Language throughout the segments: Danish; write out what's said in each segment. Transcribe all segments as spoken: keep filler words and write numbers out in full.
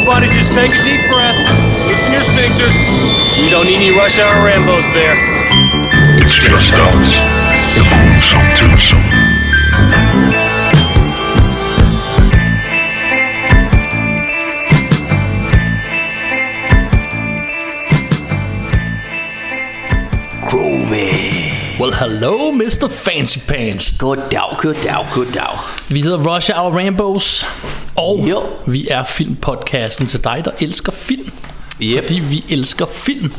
Everybody just take a deep breath. Loosen your sphincters. We don't need any rush hour Rambos there. It's just us. The gruesome twosome. Well, hello, mister Fancy Pants. Goddag, goddag, goddag. Vi hedder Rush Hour Rambos, og jo. vi er filmpodcasten til dig, der elsker film. Yep. Fordi vi elsker film.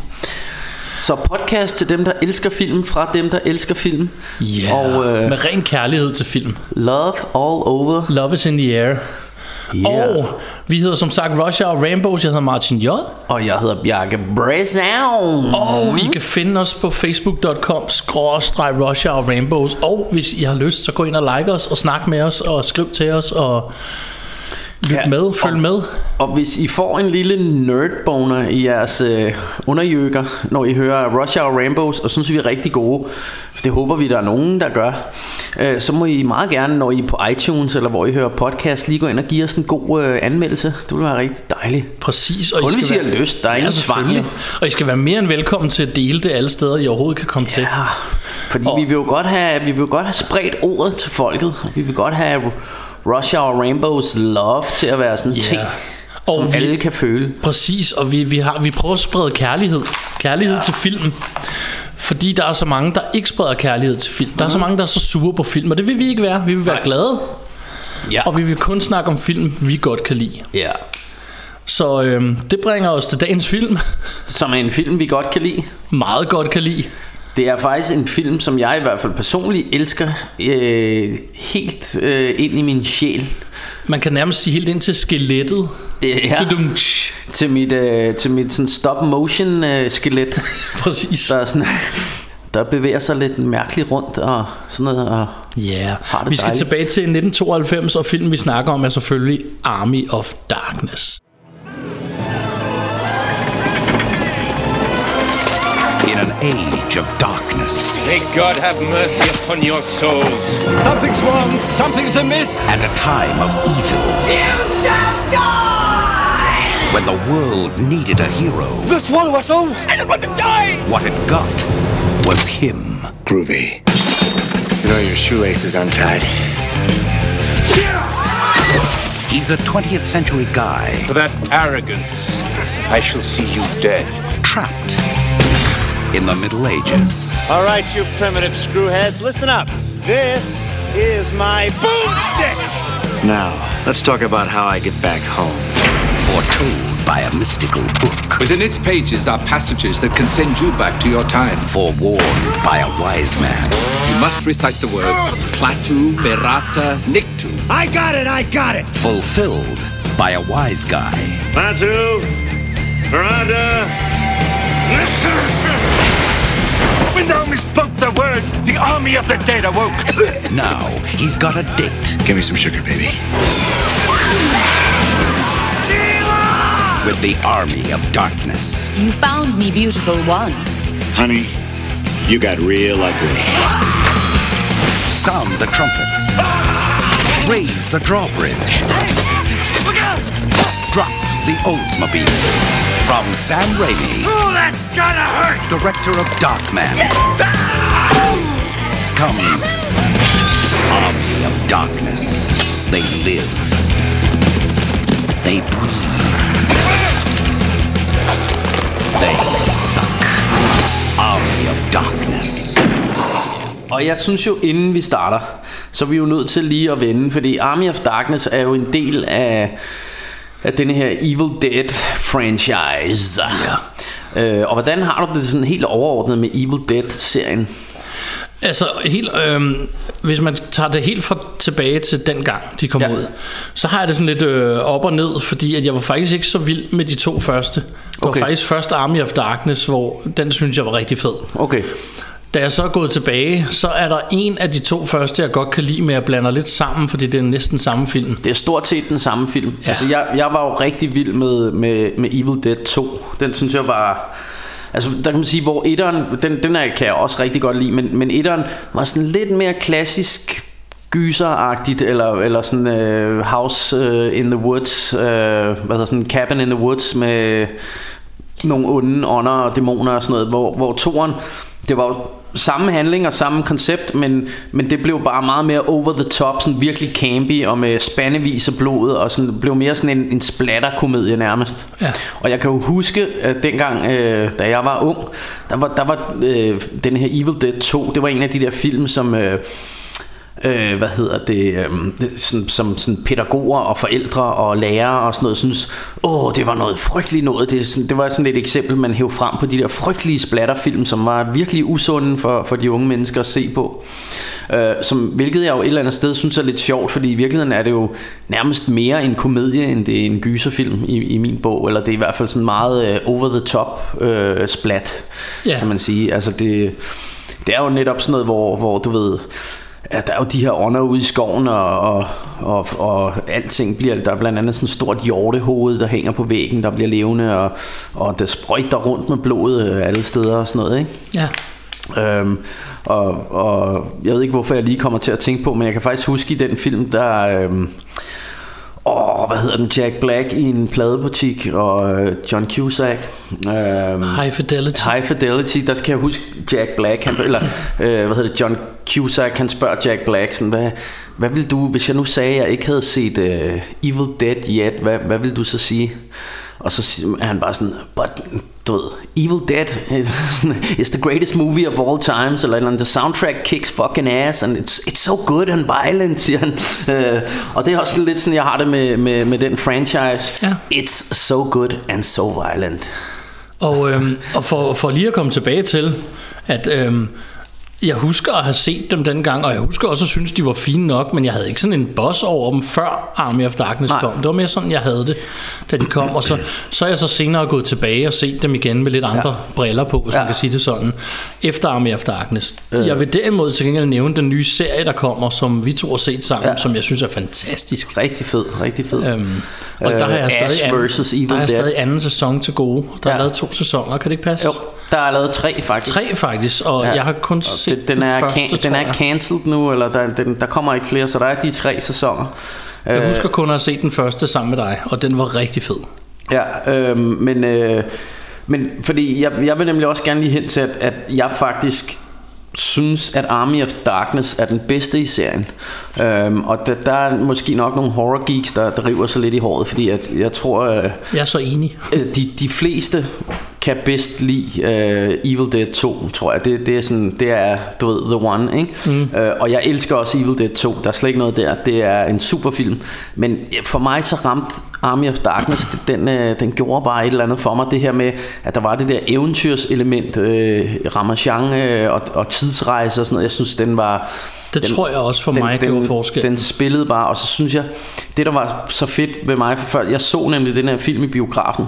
Så podcast til dem, der elsker film, fra dem, der elsker film. Ja, yeah, og, øh, med ren kærlighed til film. Love all over. Love is in the air. Yeah. Og vi hedder som sagt Rush Hour Rambos. Jeg hedder Martin J. Og jeg hedder Bjarke Bresau. Og I kan finde os på facebook punktum com skråstreg Rush Hour Rambos. Og hvis I har lyst, så gå ind og like os og snak med os og skriv til os og lyt ja, med, følg og, med. Og hvis I får en lille nerdboner i jeres øh, underjøkker, når I hører Rush Hour Rambos, og synes vi er rigtig gode, det håber vi der er nogen der gør, øh, så må I meget gerne, når I er på iTunes eller hvor I hører podcast, lige gå ind og give os en god øh, anmeldelse. Det vil være rigtig dejligt. Præcis. Og kun I hvis I være, har lyst, der er ja, ingen tvang. Og I skal være mere end velkommen til at dele det alle steder I overhovedet kan komme ja, til. Fordi og, vi vil jo godt have, vi vil jo godt have spredt ordet til folket. Vi vil godt have Rush Hour Rambos love til at være sådan en yeah. ting, og som vi, alle kan føle. Præcis. Og vi, vi, har, vi prøver at sprede kærlighed Kærlighed ja. til film. Fordi der er så mange, der ikke spreder kærlighed til film. Der er så mange, der er så sure på film. Og det vil vi ikke være. Vi vil være Nej. glade. Ja. Og vi vil kun snakke om film, vi godt kan lide. Ja. Så øhm, det bringer os til dagens film. Som er en film, vi godt kan lide. Meget godt kan lide. Det er faktisk en film, som jeg i hvert fald personligt elsker øh, helt øh, ind i min sjæl. Man kan nærmest sige helt ind til skelettet. Ja, til mit, øh, til mit sådan stop motion øh, skelet. Præcis. Der, er sådan, der bevæger sig lidt mærkeligt rundt og sådan noget. Og yeah. Vi skal dejligt. tilbage til nitten tooghalvfems, og filmen vi snakker om er selvfølgelig Army of Darkness. In an age of darkness, may God have mercy upon your souls. Something's wrong, something's amiss. And a time of evil. You shall die! When the world needed a hero. This one was all everybody die! What it got was him. Groovy. You know your shoelace is untied. He's a twentieth century guy. For that arrogance, I shall see you dead. Trapped in the Middle Ages. All right, you primitive screwheads, listen up. This is my boomstick. Now, let's talk about how I get back home. Foretold by a mystical book. Within its pages are passages that can send you back to your time. Forewarned by a wise man. You must recite the words Klaatu, Berata, Nikto. I got it, I got it. Fulfilled by a wise guy. Klaatu, Berata, When Naomi spoke the words, the army of the dead awoke. Now he's got a date. Give me some sugar, baby. Sheila! With the Army of Darkness. You found me beautiful once. Honey, you got real ugly. Sound the trumpets. Raise the drawbridge. Drop the Oldsmobile. From Sam Raimi. Oh, that's gonna hurt! Director of Darkman. Comes Army of Darkness. They live. They breathe. They suck. Army of Darkness. Og jeg synes jo, inden vi starter, så er vi jo nødt til lige at vende, fordi Army of Darkness er jo en del af af denne her Evil Dead franchise. Ja. øh, Og hvordan har du det sådan helt overordnet med Evil Dead-serien? Altså helt, øh, hvis man tager det helt for tilbage til den gang de kom ja. ud, så har jeg det sådan lidt øh, op og ned, fordi at jeg var faktisk ikke så vild med de to første. Det okay. var faktisk først Army of Darkness, hvor den synes jeg var rigtig fed. Okay. Da jeg så er gået tilbage, så er der en af de to første, jeg godt kan lide, med at blande lidt sammen, fordi det er næsten samme film. Det er stort set den samme film. Ja. Altså jeg, jeg var jo rigtig vild med, med, med Evil Dead to. Den synes jeg var... Altså der kan man sige, hvor etteren, den, den er, kan jeg også rigtig godt lide, men, men etteren var sådan lidt mere klassisk gyseragtigt, eller, eller sådan uh, House uh, in the Woods, uh, hvad hedder sådan Cabin in the Woods, med nogle onde ånder og dæmoner og sådan noget, hvor, hvor toren, det var jo samme handling og samme koncept, men, men det blev bare meget mere over the top, sådan virkelig campy og med spandevis af blod, og sådan, det blev mere sådan en, en splatterkomedie nærmest. Ja. Og jeg kan jo huske, at dengang, øh, da jeg var ung, der var, der var øh, den her Evil Dead to, det var en af de der film, som... Øh, Øh, hvad hedder det, øh, det sådan, som sådan pædagoger og forældre og lærere og sådan noget synes, åh, det var noget frygteligt noget. Det, det var sådan et eksempel, man hævde frem på de der frygtelige splatterfilm, som var virkelig usunde for, for de unge mennesker at se på. Øh, som, hvilket jeg jo et eller andet sted synes er lidt sjovt, fordi i virkeligheden er det jo nærmest mere en komedie, end det er en gyserfilm i, i min bog, eller det er i hvert fald sådan meget øh, over the top øh, splat, yeah. kan man sige. Altså det, det er jo netop sådan noget, hvor, hvor du ved... Ja, der er jo de her ånder ude i skoven, og, og, og, og alting bliver... Der er blandt andet sådan et stort hjortehoved, der hænger på væggen, der bliver levende, og, og der sprøjter rundt med blodet alle steder og sådan noget, ikke? Ja. Øhm, og, og jeg ved ikke, hvorfor jeg lige kommer til at tænke på, men jeg kan faktisk huske i den film, der... Øhm, Åh, hvad hedder den? Jack Black i en pladebutik, og John Cusack. Øhm, High Fidelity. High Fidelity, der skal jeg huske Jack Black, han, eller øh, hvad hedder det, John Cusack, han spørger Jack Black sådan, hvad, hvad vil du, hvis jeg nu sagde, at jeg ikke havde set uh, Evil Dead yet, hvad, hvad vil du så sige? Og så er han bare sådan, but, du ved, Evil Dead is the greatest movie of all times, eller, eller the soundtrack kicks fucking ass, and it's, it's so good and violent, siger han. Uh, og det er også lidt sådan, jeg har det med, med, med den franchise. Ja. It's so good and so violent. Og, øhm, og for, for lige at komme tilbage til, at... Øhm, jeg husker at have set dem dengang, og jeg husker også at synes, de var fine nok, men jeg havde ikke sådan en boss over dem, før Army of Darkness Nej. kom. Det var mere sådan, jeg havde det, da de kom, og så, så er jeg så senere gået tilbage og set dem igen med lidt andre ja. briller på, hvis ja. man kan sige det sådan, efter Army of Darkness. Øh. Jeg vil derimod til gengæld nævne den nye serie, der kommer, som vi to har set sammen, ja. som jeg synes er fantastisk. Rigtig fed, rigtig fed. Øhm, og der har jeg stadig, Ash versus. Evil der har jeg stadig anden sæson til gode. Der ja. er lavet to sæsoner, kan det ikke passe? Jo. Der er lavet tre faktisk. Tre faktisk, og ja. jeg har kun og set det, den, er den første, can, den er cancelled nu, eller der, den, der kommer ikke flere, så der er de tre sæsoner. Jeg husker kun at have set den første sammen med dig, og den var rigtig fed. Ja, øh, men, øh, men fordi jeg, jeg vil nemlig også gerne lige hen til, at, at jeg faktisk synes, at Army of Darkness er den bedste i serien. øhm, Og der, der er måske nok nogle horror geeks, der, der river sig lidt i håret, fordi at, jeg tror øh, jeg er så enig. de, de fleste kan bedst lide øh, Evil Dead to, tror jeg. Det, det er sådan, det er, du ved, the one, ikke? Mm. øh, Og jeg elsker også Evil Dead to. Der er slet ikke noget der. Det er en super film. Men for mig så ramte Army of Darkness, den, den gjorde bare et eller andet for mig. Det her med, at der var det der eventyrselement, øh, Ramachan øh, og, og tidsrejse og sådan noget. Jeg synes, den var... Det den, tror jeg også for den, mig den, gjorde forskel. Den spillede bare, og så synes jeg, det der var så fedt ved mig for før, jeg så nemlig den her film i biografen.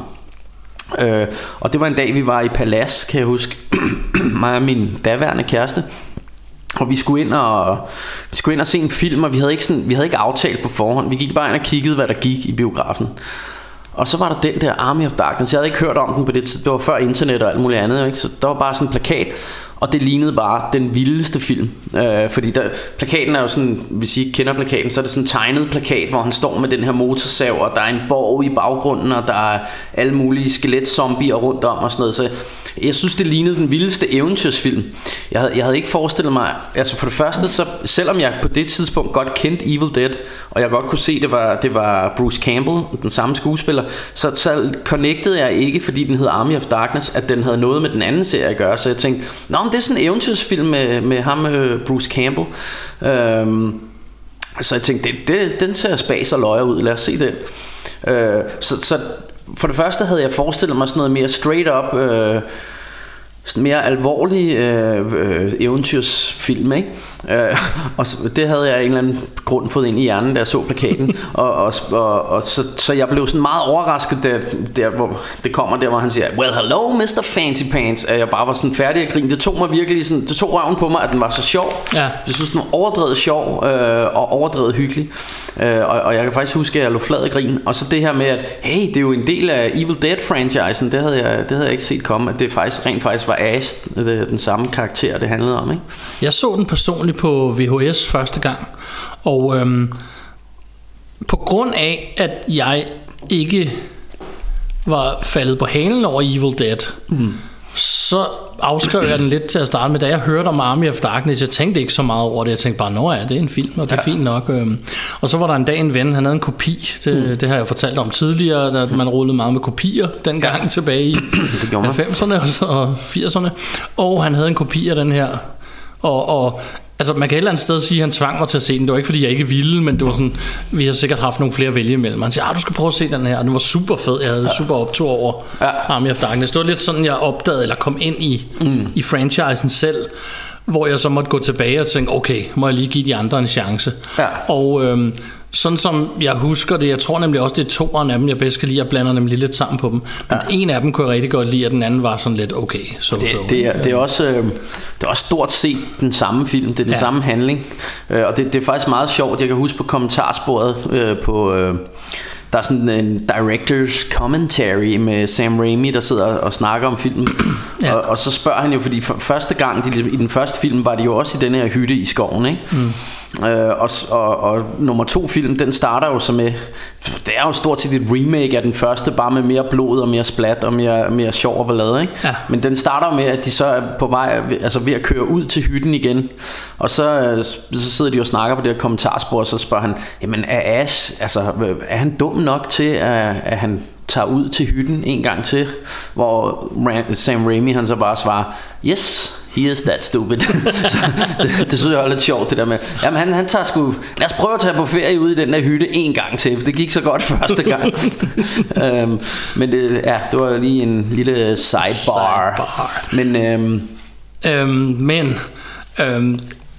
Øh, og det var en dag, vi var i Palads, kan jeg huske, mig og min daværende kæreste. Og vi skulle ind og vi skulle ind og se en film, og vi havde ikke sådan, vi havde ikke aftalt på forhånd. Vi gik bare ind og kiggede, hvad der gik i biografen. Og så var der den der Army of Darkness. Jeg havde ikke hørt om den på det tidspunkt. Det var før internet og alt muligt andet, ikke? Så der var bare sådan en plakat, og det lignede bare den vildeste film. øh, Fordi der, plakaten er jo sådan, hvis I ikke kender plakaten, så er det sådan en tegnet plakat, hvor han står med den her motorsav, og der er en borg i baggrunden, og der er alle mulige skeletsombier rundt om og sådan noget. Så jeg synes, det lignede den vildeste eventyrsfilm. Jeg havde, jeg havde ikke forestillet mig, altså for det første, så selvom jeg på det tidspunkt godt kendte Evil Dead, og jeg godt kunne se, det var, det var Bruce Campbell, den samme skuespiller, så, så connectede jeg ikke, fordi den hed Army of Darkness, at den havde noget med den anden serie at gøre. Så jeg tænkte, nå, men det er sådan en eventyrsfilm med, med ham, Bruce Campbell. øhm, Så jeg tænkte, det, det, den ser spas og løjer ud, lad os se den. øh, så, så for det første havde jeg forestillet mig sådan noget mere straight up, øh, sådan mere alvorlig øh, øh, eventyrsfilm, ikke? Øh, og så, det havde jeg af en eller anden grund fået ind i hjernen, da jeg så plakaten. og, og, og, og så, så jeg blev sådan meget overrasket, der, der hvor det kommer der, hvor han siger, well hello mister Fancy Pants, at jeg bare var sådan færdig at grine. Det tog mig virkelig sådan, det tog røven på mig, at den var så sjov. Ja. Jeg synes den var overdrevet sjov, øh, og overdrevet hyggelig. øh, og, og jeg kan faktisk huske, at jeg lå flad af grin. Og så det her med, at hey, det er jo en del af Evil Dead franchisen. Det havde jeg, det havde jeg ikke set komme, at det faktisk rent faktisk var var Ash det, den samme karakter, det handlede om, ikke? Jeg så den personligt på V H S første gang, og øhm, på grund af, at jeg ikke var faldet på halen over Evil Dead, mm. så afskrev jeg den lidt til at starte med. Da jeg hørte om Army of Darkness, jeg tænkte ikke så meget over det. Jeg tænkte bare, nå ja, det er en film, og det er ja. fint nok. Og så var der en dag en ven, han havde en kopi. Det, mm. det har jeg fortalt om tidligere, at man rullede meget med kopier dengang ja. tilbage i halvfemserne og firserne. Og han havde en kopi af den her. Og, og altså man kan et eller andet sted sige, at han tvang mig til at se den. Det var ikke fordi jeg ikke ville, men det var sådan, vi har sikkert haft nogle flere at vælge imellem. Han siger, ah, du skal prøve at se den her. Og den var super fed. Jeg havde ja. super optur over ja. Army of Darkness. Det var lidt sådan, jeg opdagede eller kom ind i mm. i franchisen selv, hvor jeg så måtte gå tilbage og tænke, okay, må jeg lige give de andre en chance. Ja. Og øhm, sådan som jeg husker det, jeg tror nemlig også, det er toeren af dem, jeg bedst kan lide, jeg blander nemlig lidt sammen på dem. Men ja. en af dem kunne jeg rigtig godt lide, og den anden var sådan lidt okay. Så, det, så, det, er, det, er også, øh, det er også stort set den samme film, det er den ja. samme handling. Øh, og det, det er faktisk meget sjovt, jeg kan huske på kommentarsporet øh, på... Øh, der er sådan en director's commentary med Sam Raimi, der sidder og snakker om filmen. Ja. Og, og så spørger han jo, fordi for første gang de, i den første film var de jo også i den her hytte i skoven, ikke? Mm. Øh, og, og, og nummer to film, den starter jo så med, det er jo stort set et remake af den første, bare med mere blod og mere splat og mere, mere sjov og ballade, ikke? Ja. Men den starter jo med, at de så er på vej, altså ved at køre ud til hytten igen. Og så, så sidder de og snakker på det her kommentarspor, og så spørger han, jamen er Ash, altså er han dum nok til, at, at han tager ud til hytten en gang til? Hvor Sam Raimi han så bare svarer, yes, he is that stupid. det, det synes jeg er lidt sjovt, det der med, jamen han, han tager sgu, lad os prøve at tage på ferie ude i den der hytte en gang til, for det gik så godt første gang. um, men det, ja, det var lige en lille sidebar, sidebar. Men um, øhm, men øhm,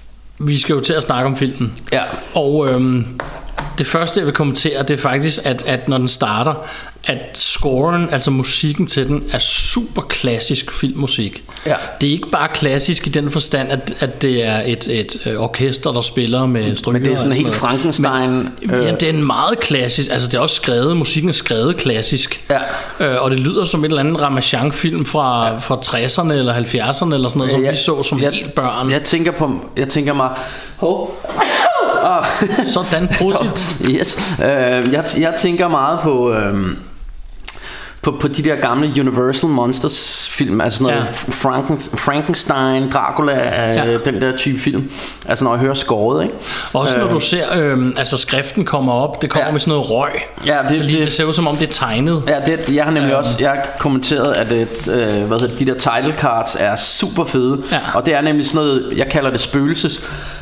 vi skal jo til at snakke om filmen. Ja. Og øhm, det første jeg vil kommentere, det er faktisk at, at når den starter, at scoren, altså musikken til den, er super klassisk filmmusik. Ja. Det er ikke bare klassisk i den forstand, at, at det er et, et orkester, der spiller med stryger. Men det er sådan helt Frankenstein. Men, øh. Ja, det er en meget klassisk. Altså det er også skrevet, musikken er skrevet klassisk. Ja. Øh, og det lyder som et eller andet Ramachan-film fra, ja. fra tresserne eller halvfjerdserne eller sådan noget, som ja, vi så som jeg, helt børn. Jeg tænker på, jeg tænker mig, oh. Oh. Sådan, prosit. Yes. Uh, jeg, jeg tænker meget på... Uh, På, på de der gamle Universal Monsters film, altså noget ja. Franken, Frankenstein, Dracula, ja. den der type film. Altså når jeg hører skåret, ikke? Også når øh, du ser, øh, altså skriften kommer op, det kommer ja. med sådan noget røg. Ja, det, det, det ser ud som om det er tegnet. Ja, det, jeg har nemlig øh. også, jeg har kommenteret, at et, øh, hvad hedder, de der title cards er super fede. Ja. Og det er nemlig sådan noget, jeg kalder det spøgelses.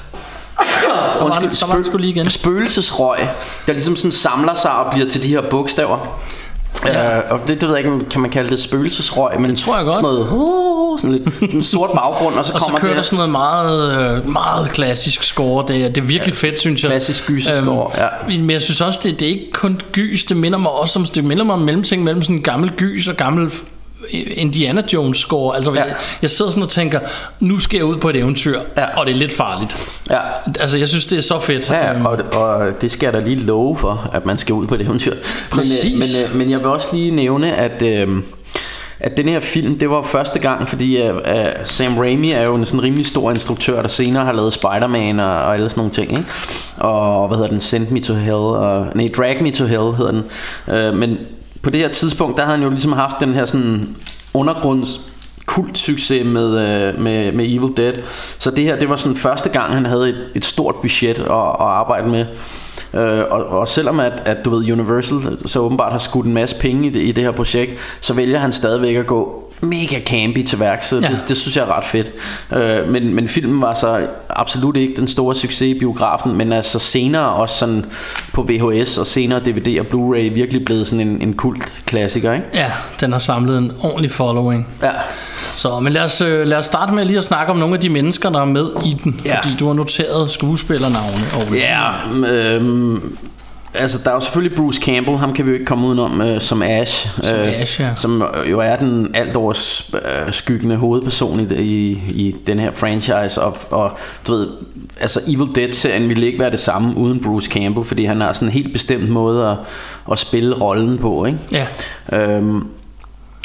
Undskyld, spø- spøgelsesrøg, der ligesom sådan samler sig og bliver til de her bogstaver. Ja. Uh, og det, det ved jeg ikke, kan man kalde det spøgelsesrøg, men det tror jeg godt. Sådan noget, uh, sådan lidt en sort baggrund, og så og kommer så kører det der sådan noget meget, meget klassisk score. Det er, det er virkelig ja, fedt, synes jeg. Klassisk gyserscore, um, ja. Men jeg synes også, det, det er ikke kun gys. Det minder mig også om, det minder mig om mellemting mellem sådan en gammel gys og gammel Indiana Jones score. Altså ja. jeg, jeg sidder sådan og tænker, nu skal jeg ud på et eventyr, ja. og det er lidt farligt. Ja. Altså jeg synes det er så fedt. Ja, og, og det skal jeg da lige love for, at man skal ud på et eventyr. Præcis. Men, men, men jeg vil også lige nævne, at øh, at den her film, det var første gang, fordi uh, uh, Sam Raimi er jo en sådan rimelig stor instruktør, der senere har lavet Spider-Man og, og alle sådan nogle ting, ikke? Og hvad hedder den, Send Me To Hell, og, nej, Drag Me To Hell hedder den. uh, Men på det her tidspunkt, der havde han jo ligesom haft den her sådan undergrunds kultsucces med, øh, med, med Evil Dead. Så det her, det var sådan første gang, han havde et, et stort budget at, at arbejde med. Øh, og, og selvom at, at du ved, Universal så åbenbart har skudt en masse penge i det, i det her projekt, så vælger han stadigvæk at gå mega campy til værks, så ja. det, det synes jeg er ret fedt. øh, men, men filmen var så absolut ikke den store succes i biografen, men altså senere også sådan på V H S og senere D V D og Blu-ray virkelig blevet sådan en, en kult klassiker, ikke? Ja, den har samlet en ordentlig following. Ja. Så, men lad os, lad os starte med lige at snakke om nogle af de mennesker, der er med i den, ja. Fordi du har noteret skuespillernavne. Og ja, øhm, altså der er jo selvfølgelig Bruce Campbell, ham kan vi jo ikke komme udenom, øh, som Ash, som, øh, Ash ja. som jo er den alt over øh, skyggende hovedperson i, i, i den her franchise, og, og du ved, altså Evil Dead-serien ville ikke være det samme uden Bruce Campbell, fordi han har sådan en helt bestemt måde at, at spille rollen på, ikke? Ja. Øhm,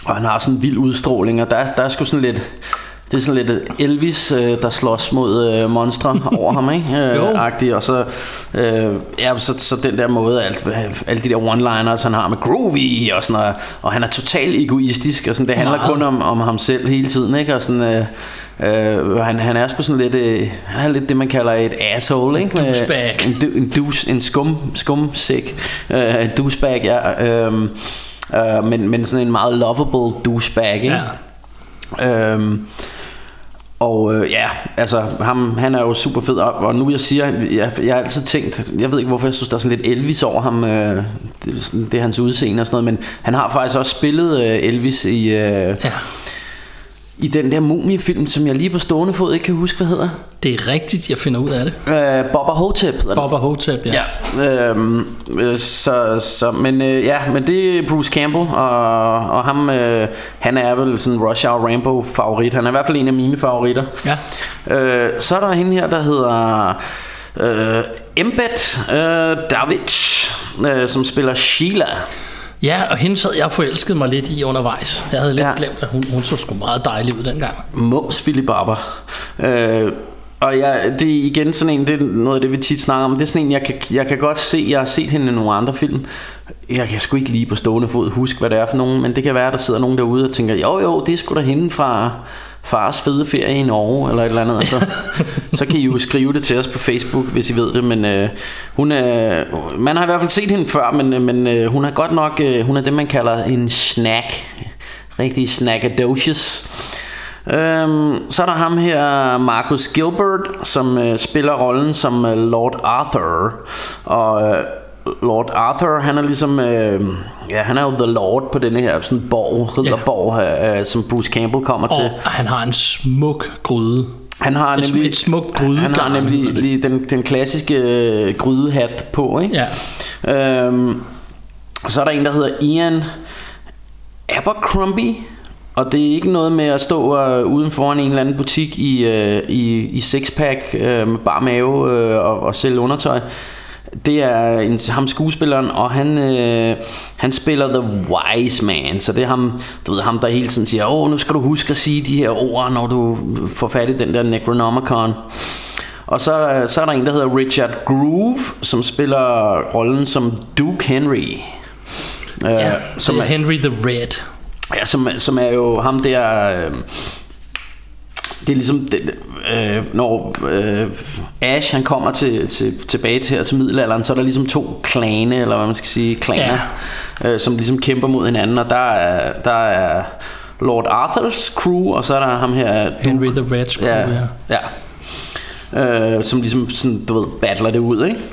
Og han har sådan en vild udstråling, og der, der er sgu sådan lidt... Det er sådan lidt Elvis, øh, der slås mod øh, monstre over ham, ikke? Øh, agtigt. Og så, øh, ja, så, så den der måde, alt, alle de der one-liners, han har med groovy og sådan noget, og han er totalt egoistisk, og sådan, det handler kun om, om ham selv hele tiden, ikke? Og sådan, øh, øh, han, han er sgu sådan lidt, øh, han er lidt det, man kalder et asshole, ikke? En douchebag. En, en, douche, en skum, skumsæk. Øh, en douchebag, ja. Øh, øh, men, men sådan en meget lovable douchebag, ikke? Ja. Øh, Og øh, ja, altså ham, han er jo super fed. Og nu jeg siger, jeg, jeg har altid tænkt, jeg ved ikke hvorfor jeg synes der er sådan lidt Elvis over ham, øh, det, det er hans udseende og sådan noget, men han har faktisk også spillet øh, Elvis i øh, ja. i den der mumiefilm, som jeg lige på stående fod ikke kan huske hvad hedder. Det er rigtigt, jeg finder ud af det. øh, Bubba Ho-Tep hedder Bubba Ho-Tep, ja, ja øh, så, så, men øh, ja, men det er Bruce Campbell. Og, og ham øh, han er vel sådan Rush Hour Rambo favorit. Han er i hvert fald en af mine favoritter. Ja. øh, Så er der hende her der hedder øh, Embed øh, Davidge, øh, som spiller Sheila. Ja, og hende sad jeg forelskede mig lidt i undervejs. Jeg havde lidt ja. glemt, at hun, hun så sgu meget dejlig ud dengang. Mums Philip Barber. øh, Og jeg, det er igen sådan en, det er noget af det vi tit snakker om. Det er sådan en jeg kan, jeg kan godt se. Jeg har set hende i nogle andre film. Jeg kan sgu ikke lige på stående fod huske hvad det er for nogen, men det kan være der sidder nogen derude og tænker, jo jo, det er sgu da hende fra Fars fede ferie i Norge eller et eller andet. Så, så kan I jo skrive det til os på Facebook, hvis I ved det. Men øh, hun er, man har i hvert fald set hende før, men, men øh, hun er godt nok, øh, hun er det man kalder en snack. Rigtig snackadocious. Øhm, så er der ham her Marcus Gilbert, som øh, spiller rollen som øh, Lord Arthur. Og øh, Lord Arthur, han er ligesom øh, ja, han er jo the Lord på denne her sådan borg, ridderborg, øh, som Bruce Campbell kommer og til. Og han har en smuk gryde. Han har et, nemlig et smukt gryde. Han har nemlig lige den, den klassiske øh, grydehat på, ikke? Ja. Øhm, så er der en der hedder Ian Abercrombie. Og det er ikke noget med at stå uh, uden foran en eller anden butik i, uh, i, i sixpack uh, med bar mave uh, og, og sælge undertøj. Det er en, ham skuespilleren, og han, uh, han spiller The Wise Man. Så det er ham, du ved, ham der hele tiden siger, åh, nu skal du huske at sige de her ord, når du får fat i den der Necronomicon. Og så, så er der en der hedder Richard Groove, som spiller rollen som Duke Henry. Uh, ja, som er Henry the Red. Ja, som, som er jo ham der øh, det er ligesom det, øh, når øh, Ash han kommer til, til, tilbage til, her til middelalderen, så er der ligesom to klane, eller hvad man skal sige, klaner, ja. øh, som ligesom kæmper mod hinanden. Og der er, der er Lord Arthurs crew, og så er der ham her Duke, Henry the Red's crew, ja, ja. ja. Øh, som ligesom sådan, du ved, battler det ud, ikke?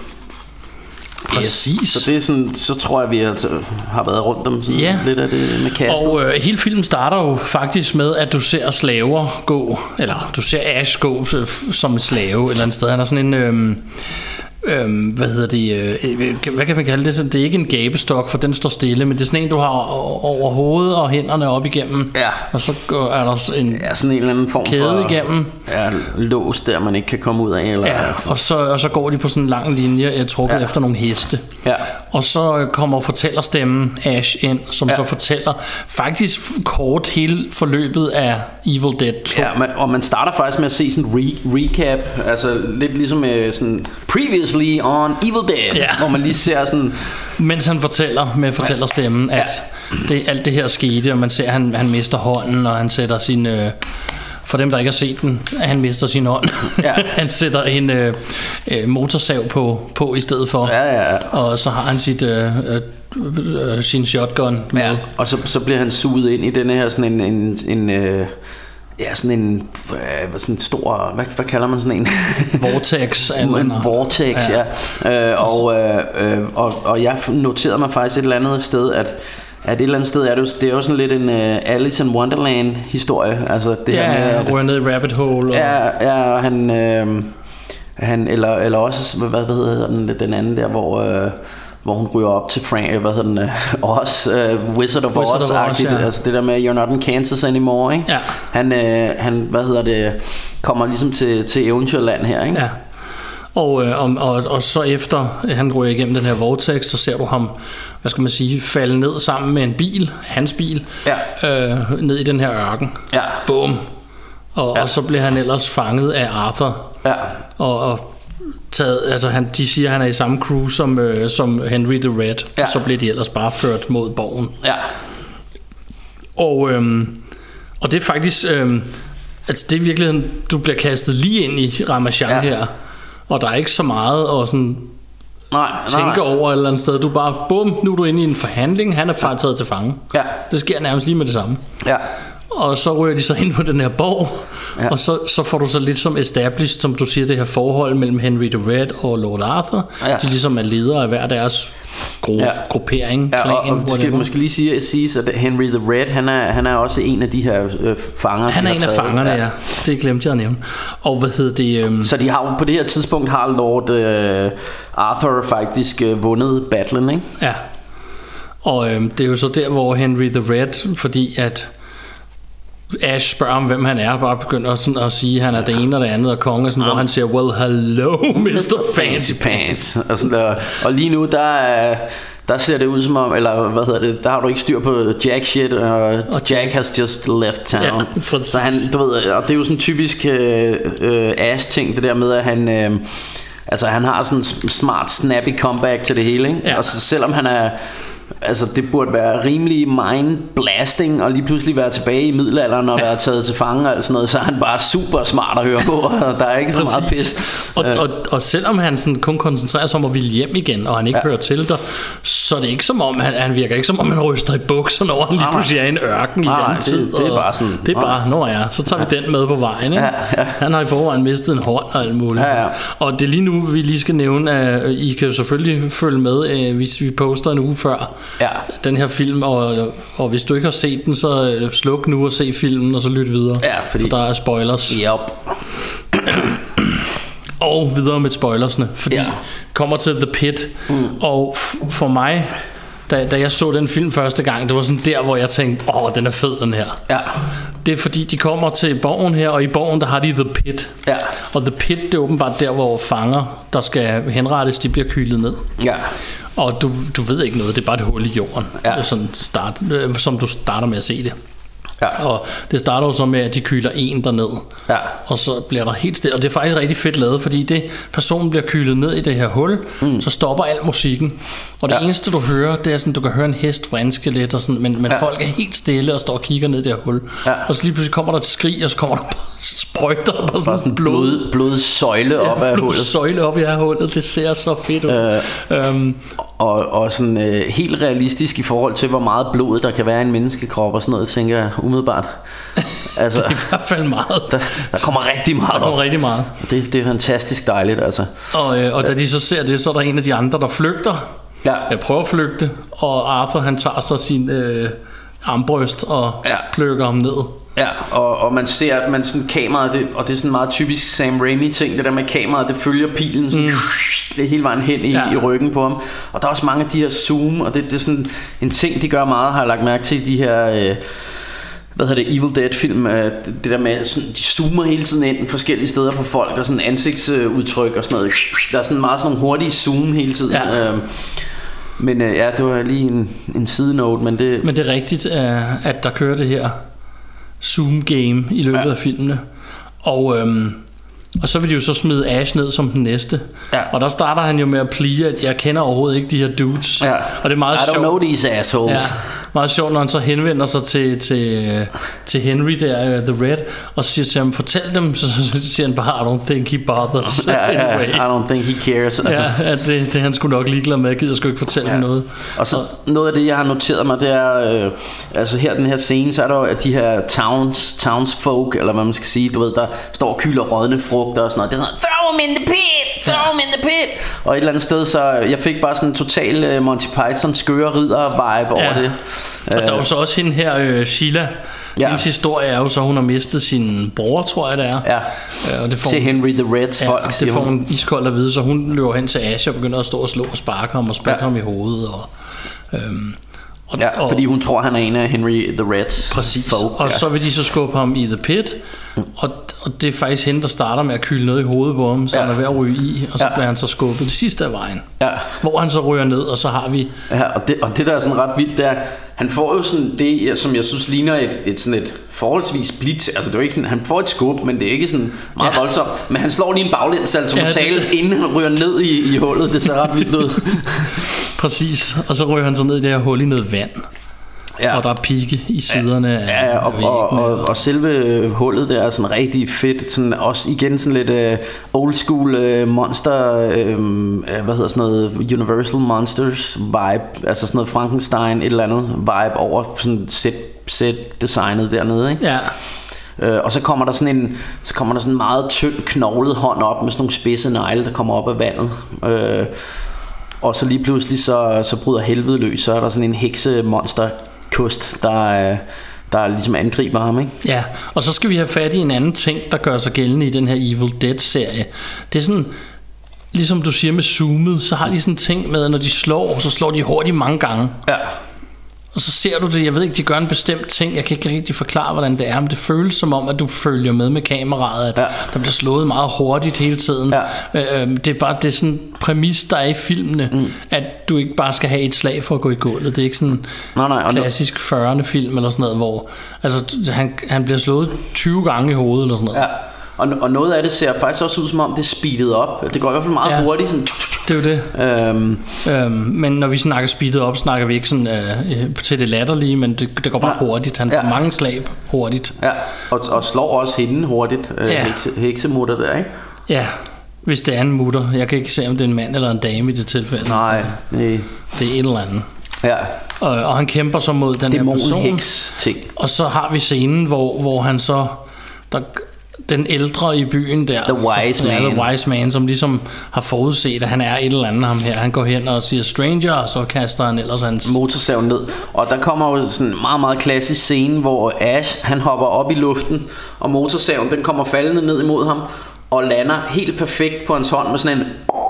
Præcis. Så det er sådan, så tror jeg vi har, har været rundt om sådan ja. lidt af det med kastet. Og øh, hele filmen starter jo faktisk med at du ser slaver gå, eller du ser Ash gå som en slave et eller andet sted. Han er sådan en øh, Øhm, hvad hedder det øh, hvad kan man kalde det? Det er ikke en gabestok, for den står stille, men det er sådan en du har over hovedet og hænderne op igennem, ja. Og så er der en, ja, sådan en eller anden form kæde for igennem, ja, lås der man ikke kan komme ud af, eller, ja, og, så, og så går de på sådan en lang linje, jeg trukket ja. efter nogle heste, ja. Og så kommer fortællerstemmen Ash ind, som ja. så fortæller faktisk kort hele forløbet af Evil Dead to. Ja, man, og man starter faktisk med at se sådan en re- recap, altså lidt ligesom med sådan previously on Evil Dead, ja. Hvor man lige ser sådan, mens han fortæller med fortællerstemmen, at ja. det, alt det her skete, og man ser, at han, han mister hånden, og han sætter sin... Øh, for dem, der ikke har set den, at han mister sin hånd. Ja. Han sætter en øh, øh, motorsav på, på i stedet for. Ja, ja, ja. Og så har han sit, øh, øh, sin shotgun med. Ja. Og så, så bliver han suget ind i denne her sådan en... en, en øh ja, sådan en øh, sådan en stor, hvad, hvad kalder man sådan en? Vortex. En vortex, ja, ja. Øh, og, øh, øh, og, og jeg noterede mig faktisk et eller andet sted, at at et eller andet sted er det jo, det er jo sådan lidt en uh, Alice in Wonderland historie, altså det ja, her med, ryger ned i rabbit hole og... ja, ja, han øh, han eller eller også hvad, hvad hedder den, den anden der, hvor øh, hvor hun ryger op til Frank, hvad hedder den, uh, Oz, uh, Wizard of Oz, ja. Altså det der med You're not in Kansas anymore, ikke? Ja. Han, uh, han, hvad hedder det, kommer ligesom til, til Eventyrland her, ikke? Ja. Og, øh, og, og, og så efter han ryger igennem den her vortex, så ser du ham, hvad skal man sige, falde ned sammen med en bil, hans bil, ja. øh, ned i den her ørken. Ja. Bum. Og, ja. og så bliver han ellers fanget af Arthur. Ja. Og, og taget, altså han, de siger, at han er i samme crew som, øh, som Henry the Red. Ja. Og så bliver de ellers bare ført mod borgen. Ja. Og, øhm, og det er faktisk, øhm, altså det er i virkeligheden, du bliver kastet lige ind i Ramachan ja. her. Og der er ikke så meget at sådan nej, tænke nej. over et eller andet sted. Du bare, bum, nu er du inde i en forhandling. Han er faktisk taget til fange. Ja. Det sker nærmest lige med det samme. Ja. Og så rører de så ind på den her borg. Ja. Og så, så får du så lidt som established, som du siger, det her forhold mellem Henry the Red og Lord Arthur. Ja. De ligesom er ledere af hver deres gru- ja. gruppering. Ja, klan, og, og skal måske lige sige, sige at Henry the Red, han er, han er også en af de her øh, fanger. Han er en af taget. fangerne, ja. ja. Det glemte jeg at nævne. Og hvad hedder det? Um... Så de har jo på det her tidspunkt har Lord øh, Arthur faktisk øh, vundet battlen, ikke? Ja. Og øh, det er jo så der, hvor Henry the Red, fordi at Ash spørger om, hvem han er, bare begynder sådan at sige, at han er det ene og det andet og konge, sådan, ja. hvor han siger, well, hello, mister Fancy Pants. Og, sådan der, og lige nu, der, der ser det ud som om, eller hvad hedder det, der har du ikke styr på Jack shit, og, og Jack has just left town. Ja, så han, du ved, og det er jo sådan en typisk øh, øh, Ash-ting, det der med, at han... Øh, altså, han har sådan en smart, snappy comeback til det hele, ikke? Ja. Og så selvom han er... Altså det burde være rimelig mind-blasting og lige pludselig være tilbage i middelalderen og ja. være taget til fange og sådan noget, så er han bare super smart at høre på, og der er ikke så meget pis. Og, og, og selvom han sådan kun koncentrerer sig om at ville hjem igen, og han ikke ja. hører til der, så er det ikke som om, han, han virker ikke som om han ryster i bukserne over, han lige pludselig er i en ørken i nej, den det, tid. Det er bare sådan. Det er bare, nå ja, så tager vi den med på vejen, ikke? Ja, ja. Han har i forvejen mistet en hånd og alt muligt. Ja, ja. Og det er lige nu, vi lige skal nævne, at I kan jo selvfølgelig følge med, hvis vi poster en uge før ja. den her film, og, og hvis du ikke har set den, så sluk nu og se filmen, og så lyt videre, ja, fordi... for der er spoilers. Yep. Og videre med spoilersne, fordi ja. kommer til The Pit, mm. og f- for mig, da, da jeg så den film første gang, det var sådan der, hvor jeg tænkte, åh, den er fed, den her. Ja. Det er fordi, de kommer til borgen her, og i borgen, der har de The Pit. Ja. Og The Pit, det er åbenbart der, hvor fanger, der skal henrettes, de bliver kylet ned. Ja. Og du, du ved ikke noget, det er bare et hul i jorden, ja. sådan start, som du starter med at se det. Ja. Og det starter jo så med, at de kyler en derned, ja. og så bliver der helt stille. Og det er faktisk rigtig fedt lavet, fordi det personen bliver kylet ned i det her hul, mm. så stopper al musikken. Og det ja. eneste du hører, det er sådan, du kan høre en hest vrænske lidt og sådan, men, men ja. folk er helt stille og står og kigger ned i det her hul. Ja. Og så lige pludselig kommer der et skrig, og så kommer der bare sprøjter der bare sådan, sådan blod, blod, blodsøjle op ja, af hullet. Søjle op i hullet, det ser så fedt ud. Øh, um, og, og sådan øh, helt realistisk i forhold til hvor meget blod der kan være i en menneskekrop og sådan noget, tænker jeg umiddelbart. Altså, det er i hvert fald meget. Der, der kommer rigtig meget. Der kommer rigtig meget. Det, det er fantastisk dejligt, altså. Og, øh, og da de så ser det, så er der en af de andre, der flygter. Ja. Jeg prøver at flygte, og Arthur han tager så sin øh, armbryst og ja. plukker ham ned. Ja, og, og man ser, at man sådan kameraet, det, og det er sådan meget typisk Sam Raimi ting, det der med kameraet, det følger pilen sådan, mm. det er hele vejen hen i, ja. i ryggen på ham. Og der er også mange af de her zoom, og det, det er sådan en ting, de gør meget, har jeg lagt mærke til, de her... Øh, hvad hedder det, Evil Dead film, det der med sådan, de zoomer hele tiden ind forskellige steder på folk og sådan ansigtsudtryk og sådan noget. Der er sådan meget sådan nogle hurtige zoom hele tiden. Ja. Men ja, det var lige en, en side note, men det Men det er rigtigt, at der kører det her zoom game i løbet ja. af filmene. Og øhm, og så vil de jo så smide Ash ned som den næste. Ja. Og der starter han jo med at plige, at jeg kender overhovedet ikke de her dudes. Ja. Og det er meget I sjovt. I don't know these assholes. Ja, meget sjovt, når han så henvender sig til, til, til Henry der, uh, The Red, og så siger til ham, fortæl dem, så, så siger han bare, I don't think he bothers. Ja, ja, anyway. I don't think he cares. Altså. Ja, at det, det han skulle nok ligeglad med, jeg gider sgu ikke fortælle ja. dem noget. Og så og, noget af det, jeg har noteret mig, det er, øh, altså her den her scene, så er der jo de her towns, townsfolk, eller hvad man skal sige, du ved, der står og kyler rådne frugter og sådan noget. Det er sådan, throw him in the pit, throw him in the pit. Og et eller andet sted, så jeg fik bare sådan en total uh, Monty Python skøre ridder vibe ja. over det. Og der er jo så også hende her, øh, Sheila. Ja. Hendes historie er jo så, hun har mistet sin bror, tror jeg det er. Ja. Øh, og det får til hun, Henry the Reds ja, folk. det får hun iskoldt at vide, så hun løber hen til Ash og begynder at stå og slå og sparke ham og spætte ja. ham i hovedet. Og, øhm, Og, ja, og, fordi hun tror, han er en af Henry the Reds præcis. folk. Og ja. så vil de så skubbe ham i The Pit, og, og det er faktisk hende, der starter med at kylde noget i hovedet på ham, så ja. han er ved at ryge i, og så ja. bliver han så skubbet det sidste af vejen. Ja. Hvor han så ryger ned, og så har vi... Ja, og det, og det der er sådan ret vildt, det er, han får jo sådan det, som jeg synes ligner et, et, sådan et forholdsvis blitz. Altså det er jo ikke sådan, han får et skub, men det er ikke sådan meget ja. voldsomt. Men han slår lige en baglæns salto mortale, ja, det... inden han ryger ned i, i hullet. Det ser ret vildt ud. Præcis, og så ryger han så ned i det her hul i noget vand. Ja. Og der er pigge i siderne ja, af, ja, og, af og, og, og, og selve hullet der er sådan rigtig fedt, sådan også igen sådan lidt uh, old school uh, monster, uh, hvad hedder sådan noget, Universal Monsters vibe, altså sådan noget Frankenstein, et eller andet vibe over sådan set, set designet dernede, ikke? Ja. Uh, og så kommer der sådan en, så kommer der sådan en meget tynd knoglet hånd op med sådan nogle spidse negle, der kommer op af vandet. Uh, og så lige pludselig så, så bryder helvede løs, så er der sådan en heksemonster kost, der, der ligesom angriber ham, ikke? Ja, og så skal vi have fat i en anden ting, der gør sig gældende i den her Evil Dead-serie. Det er sådan, ligesom du siger med zoomet, så har de sådan en ting med, at når de slår, så slår de hurtigt mange gange. Ja. Og så ser du det, jeg ved ikke, de gør en bestemt ting, jeg kan ikke rigtig forklare, hvordan det er, men det føles som om, at du følger med med kameraet, at ja. der bliver slået meget hurtigt hele tiden. Ja. Øh, det er bare, det er sådan en præmis, der er i filmene, mm. at du ikke bare skal have et slag for at gå i gulvet. Det er ikke sådan en nej, nej, klassisk fyrrerne film eller sådan noget, hvor altså, han, han bliver slået tyve gange i hovedet eller sådan noget. Ja. Og, og noget af det ser faktisk også ud som om det er speedet op. Det går i hvert fald meget ja. hurtigt sådan. Det er jo det. øhm. Øhm, Men når vi snakker speedet op, snakker vi ikke sådan øh, til det latterlige, men det, det går bare ja. hurtigt. Han får ja. mange slag hurtigt. Ja. Og, og slår også hende hurtigt. øh, ja. Hekse, Heksemutter der, ikke? Ja. Hvis det er en mutter. Jeg kan ikke se om det er en mand eller en dame i det tilfælde. Nej, nej. Det er et eller andet. Ja. Og, og han kæmper så mod den her person. Heks ting. Og så har vi scenen, hvor, hvor han så der, den ældre i byen der, The Wise som, Man. ja, The Wise Man, som ligesom har forudset, at han er et eller andet ham her. Han går hen og siger stranger, og så kaster han ellers hans motorsaven ned. Og der kommer jo sådan en meget, meget klassisk scene, hvor Ash, han hopper op i luften, og motorsaven, den kommer faldende ned imod ham, og lander helt perfekt på hans hånd med sådan en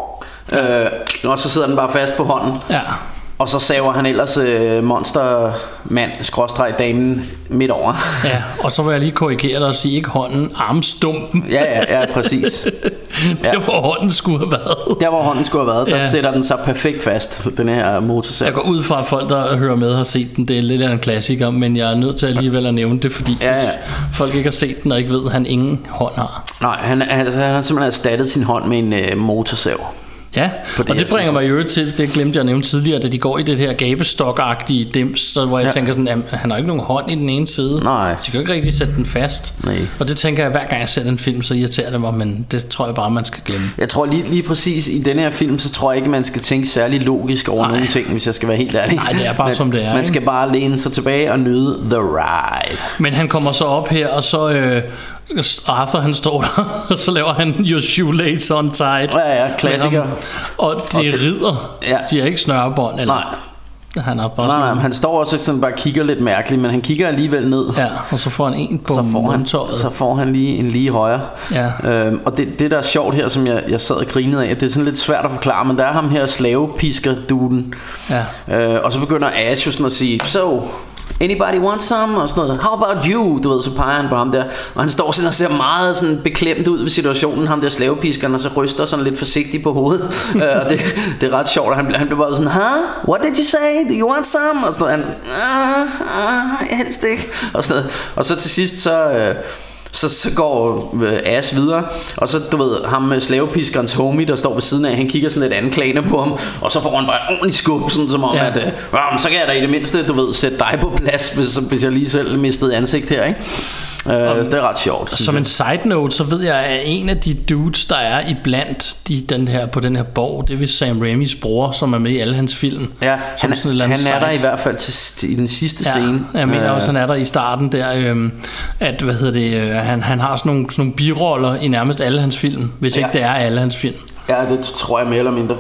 ja. øh, og så sidder den bare fast på hånden. Ja. Og så saver han ellers øh, monstermand, skråstreg damen midt over. Ja, og så vil jeg lige korrigere dig og sige, ikke hånden, armstumpen. Ja, ja, ja, præcis. Der ja. hvor hånden skulle have været. Der hvor hånden skulle have været, der ja. sætter den sig perfekt fast, den her motorsav. Jeg går ud fra, at folk der hører med har set den. Det er lidt af en klassiker, men jeg er nødt til alligevel at nævne det, fordi ja, ja. folk ikke har set den og ikke ved, at han ingen hånd har. Nej, han, han, han har simpelthen erstattet sin hånd med en øh, motorsav. Ja, det og det bringer mig jo til, det glemte jeg at nævne tidligere, da de går i det her gabestok-agtige dims, så hvor jeg ja. tænker sådan, at han har ikke nogen hånd i den ene side. Nej. Så de kan jo ikke rigtig sætte den fast. Nej. Og det tænker jeg, hver gang jeg ser en film, så irriterer det mig, men det tror jeg bare, man skal glemme. Jeg tror lige, lige præcis i denne her film, så tror jeg ikke, man skal tænke særlig logisk over nogle ting, hvis jeg skal være helt ærlig. Nej, det er bare men, som det er. Man ikke? skal bare læne sig tilbage og nyde the ride. Men han kommer så op her, og så... Øh, Arthur han står der, og så laver han Your shoelace untied. Ja, ja, klassiker. Og det er ridder. Ja. De er ikke snørebånd eller. Nej. Han er bare nej, nej, han står også sådan bare kigger lidt mærkeligt, men han kigger alligevel ned. Ja, og så får han en på så får han, tøjet. Så får han lige en lige højre. Ja. Øhm, og det, det der er sjovt her, som jeg, jeg sad og grinede af, det er sådan lidt svært at forklare, men der er ham her slavepisker-duden. Ja. Øh, og så begynder Ash jo sådan at sige, so... anybody want some? Og sådan noget. How about you? Du ved, så peger han på ham der. Og han står sådan og ser meget sådan beklemt ud ved situationen. Ham der slavepiskeren, og så ryster sådan lidt forsigtigt på hovedet. uh, Og det, det er ret sjovt. Og han, han bliver bare sådan, huh? What did you say? Do you want some? Og sådan noget. Han, uh, uh, helst ikke. Og, sådan noget. Og så til sidst så... Uh, Så, så går øh, Ash videre. Og så, du ved, ham med slavepiskerens homie, der står ved siden af, han kigger sådan lidt anklagende på ham. Og så får han bare en ordentlig skub, sådan som om, ja. at øh, så kan jeg da i det mindste, du ved, sætte dig på plads, hvis, hvis jeg lige selv mistede ansigt her, ikke? Uh, det er ret sjovt. Som en side note, så ved jeg, at en af de dudes, der er i blandt de, den her, på den her borg, det er Sam Raimis bror, som er med i alle hans film. Ja, han, han er side. Der i hvert fald til, i den sidste ja, scene. Jeg mener uh, også, han er der i starten der, øhm, at hvad hedder det, øh, han, han har sådan nogle, sådan nogle biroller i nærmest alle hans film, hvis ja. ikke det er alle hans film. Ja, det tror jeg mere eller mindre.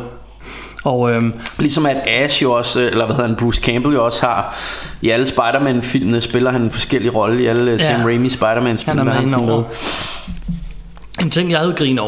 Og øhm, ligesom at Ash jo også, eller hvad hedder han, Bruce Campbell jo også har i alle Spider-Man-filmene, spiller han en forskellig rolle i alle ja. Sam Raimi Spider-Man-filmer. Han er med, med. En ting jeg havde grin over,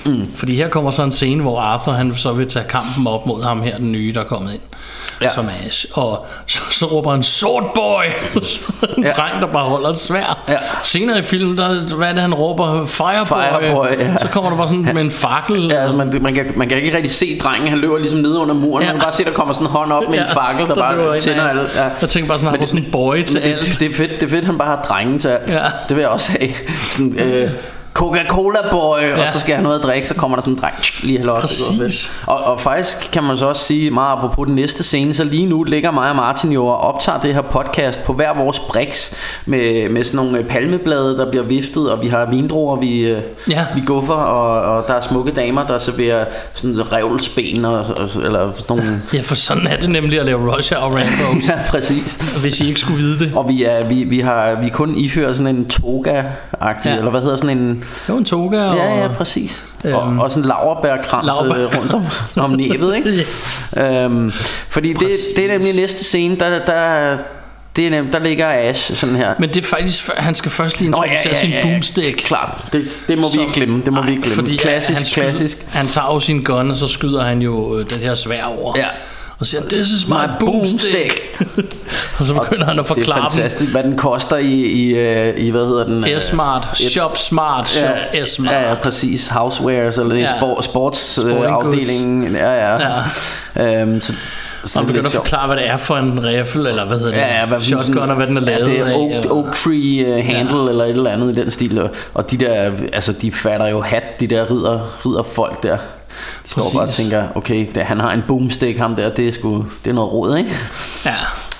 Mm. Fordi her kommer så en scene, hvor Arthur han så vil tage kampen op mod ham her, den nye, der er kommet ind. Ja. Som Ash. Og så, så råber han sword boy. En ja. dreng, der bare holder et sværd. Ja. Senere i filmen, der, hvad er det han råber? Fireboy. Fireboy ja. Så kommer der bare sådan han, med en fakkel. Ja, altså, man, man, kan, man kan ikke rigtig se drengen. Han løber ligesom nede under muren. Ja. Man kan bare se, der kommer sådan en hånd op med ja. en fakkel, der, der bare tænder alt. Ja. Jeg tænker bare sådan, han har sådan en boy til alt. Det, det, er fedt, det er fedt, han bare har drengen til alt. Ja. Det vil jeg også have. Sådan, øh, Coca-Cola boy, ja. Og så skal han noget at drikke, så kommer der sådan en dreng lige halvt. Og, og faktisk kan man så også sige meget apropos den næste scene, så lige nu ligger mig og Martin jo og optager det her podcast på hver vores briks med, med sådan nogle palmeblade, der bliver viftet, og vi har vindruer, vi, ja. vi guffer, og, og der er smukke damer, der serverer sådan revlsben og, og, eller sådan nogle... Ja, for sådan er det nemlig at lave Russia og Rambo. Ja, præcis. Hvis I ikke skulle vide det. Og vi er vi, vi har vi kun iført sådan en toga-agtig, ja. eller hvad hedder sådan en... Det var en toga og... Ja, ja, præcis. Øhm, og, og sådan en laurbærkrans laurbær. rundt om, om næbet, ikke? Ja. Øhm, fordi det, det er nemlig næste scene, der... der det er nemt, der ligger Ash sådan her. Men det er faktisk, han skal først lige introducere ja, ja, ja, ja. sin boomstick. Klart, det, det må så, vi ikke glemme. Det må nej, vi ikke glemme. Fordi klassisk, han, skyder, klassisk. Han tager jo sin gun, og så skyder han jo den her svær over. Ja. Og siger, this is my, my boomstick. Og så begynder og han at forklare dem. Det er fantastisk, hvad den koster i, i, i hvad hedder den? S-Smart, Shop Smart, Shop ja, S-Smart. Ja, ja, præcis. Housewares, eller ja. sport, sportsafdelingen. Uh, ja, ja. ja. Um, så, så han begynder at forklare, hvad det er for en riffle, eller hvad hedder det? Ja, ja, shotgun, og hvad den er lavet af. Ja, det er oak, oak tree uh, handle, ja. eller et eller andet i den stil. Og, og de der, altså de fatter jo hat, de der ridder, ridderfolk der. De står bare og tænker, okay, det, han har en boomstick, ham der, det er sgu, det er noget rod, ikke? Ja.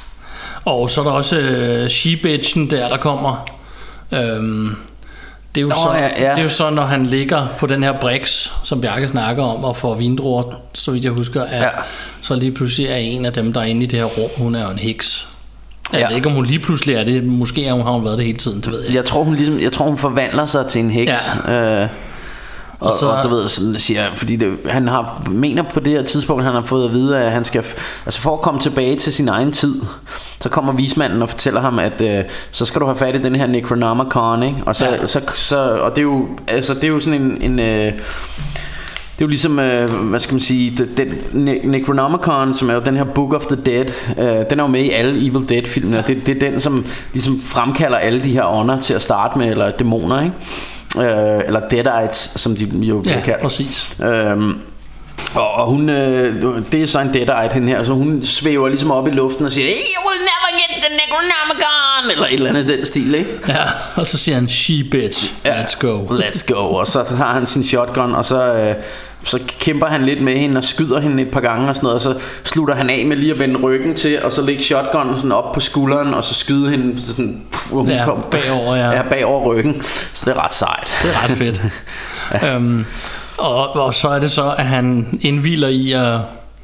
Og så er der også uh, she-bitchen der, der kommer. Øhm, det, er jo Nå, så, ja, ja. det er jo så, når han ligger på den her briks, som Bjarke snakker om, og får vindruer, så vidt jeg husker, er, ja. så lige pludselig er en af dem, der er inde i det her rum, hun er jo en heks. Jeg ja. ved ikke, om hun lige pludselig er det. Måske har hun, har hun været det hele tiden, det ved jeg. Jeg tror, hun, ligesom, jeg tror, hun forvandler sig til en heks. Ja. Øh, Og, og, så, og du ved sådan siger, fordi det, han har mener på det her tidspunkt, han har fået at vide, at han skal, altså for at komme tilbage til sin egen tid, så kommer vismanden og fortæller ham, at øh, så skal du have fat i den her Necronomicon, ikke? Og så, ja. så, så og det er jo, altså det er jo sådan en, en øh, det er jo ligesom, øh, hvad skal man sige, den Necronomicon, som er jo den her Book of the Dead, øh, den er jo med i alle Evil Dead-filmene. Ja. Det, det er den, som ligesom fremkalder alle de her ånder til at starte med, eller dæmoner, ikke? Øh, eller Deadites, som de jo bliver ja, kaldt. Præcis. Øhm, og, og hun, øh, det er så en Deadite hende her, så hun svæver ligesom op i luften og siger, you will never get the Necronomicon, eller et eller andet den stil, ikke? Ja, og så siger han, she bitch, ja, let's go. Let's go, og så har han sin shotgun, og så... Øh, så kæmper han lidt med hende og skyder hende et par gange og sådan noget, og så slutter han af med lige at vende ryggen til, og så lægge shotgunnen sådan op på skulderen, og så skyde hende sådan, hun ja, kom bagover, ja. ja, bagover ryggen. Så det er ret sejt. Det er ret fedt. ja. øhm, og, og så er det så, at han indhviler i at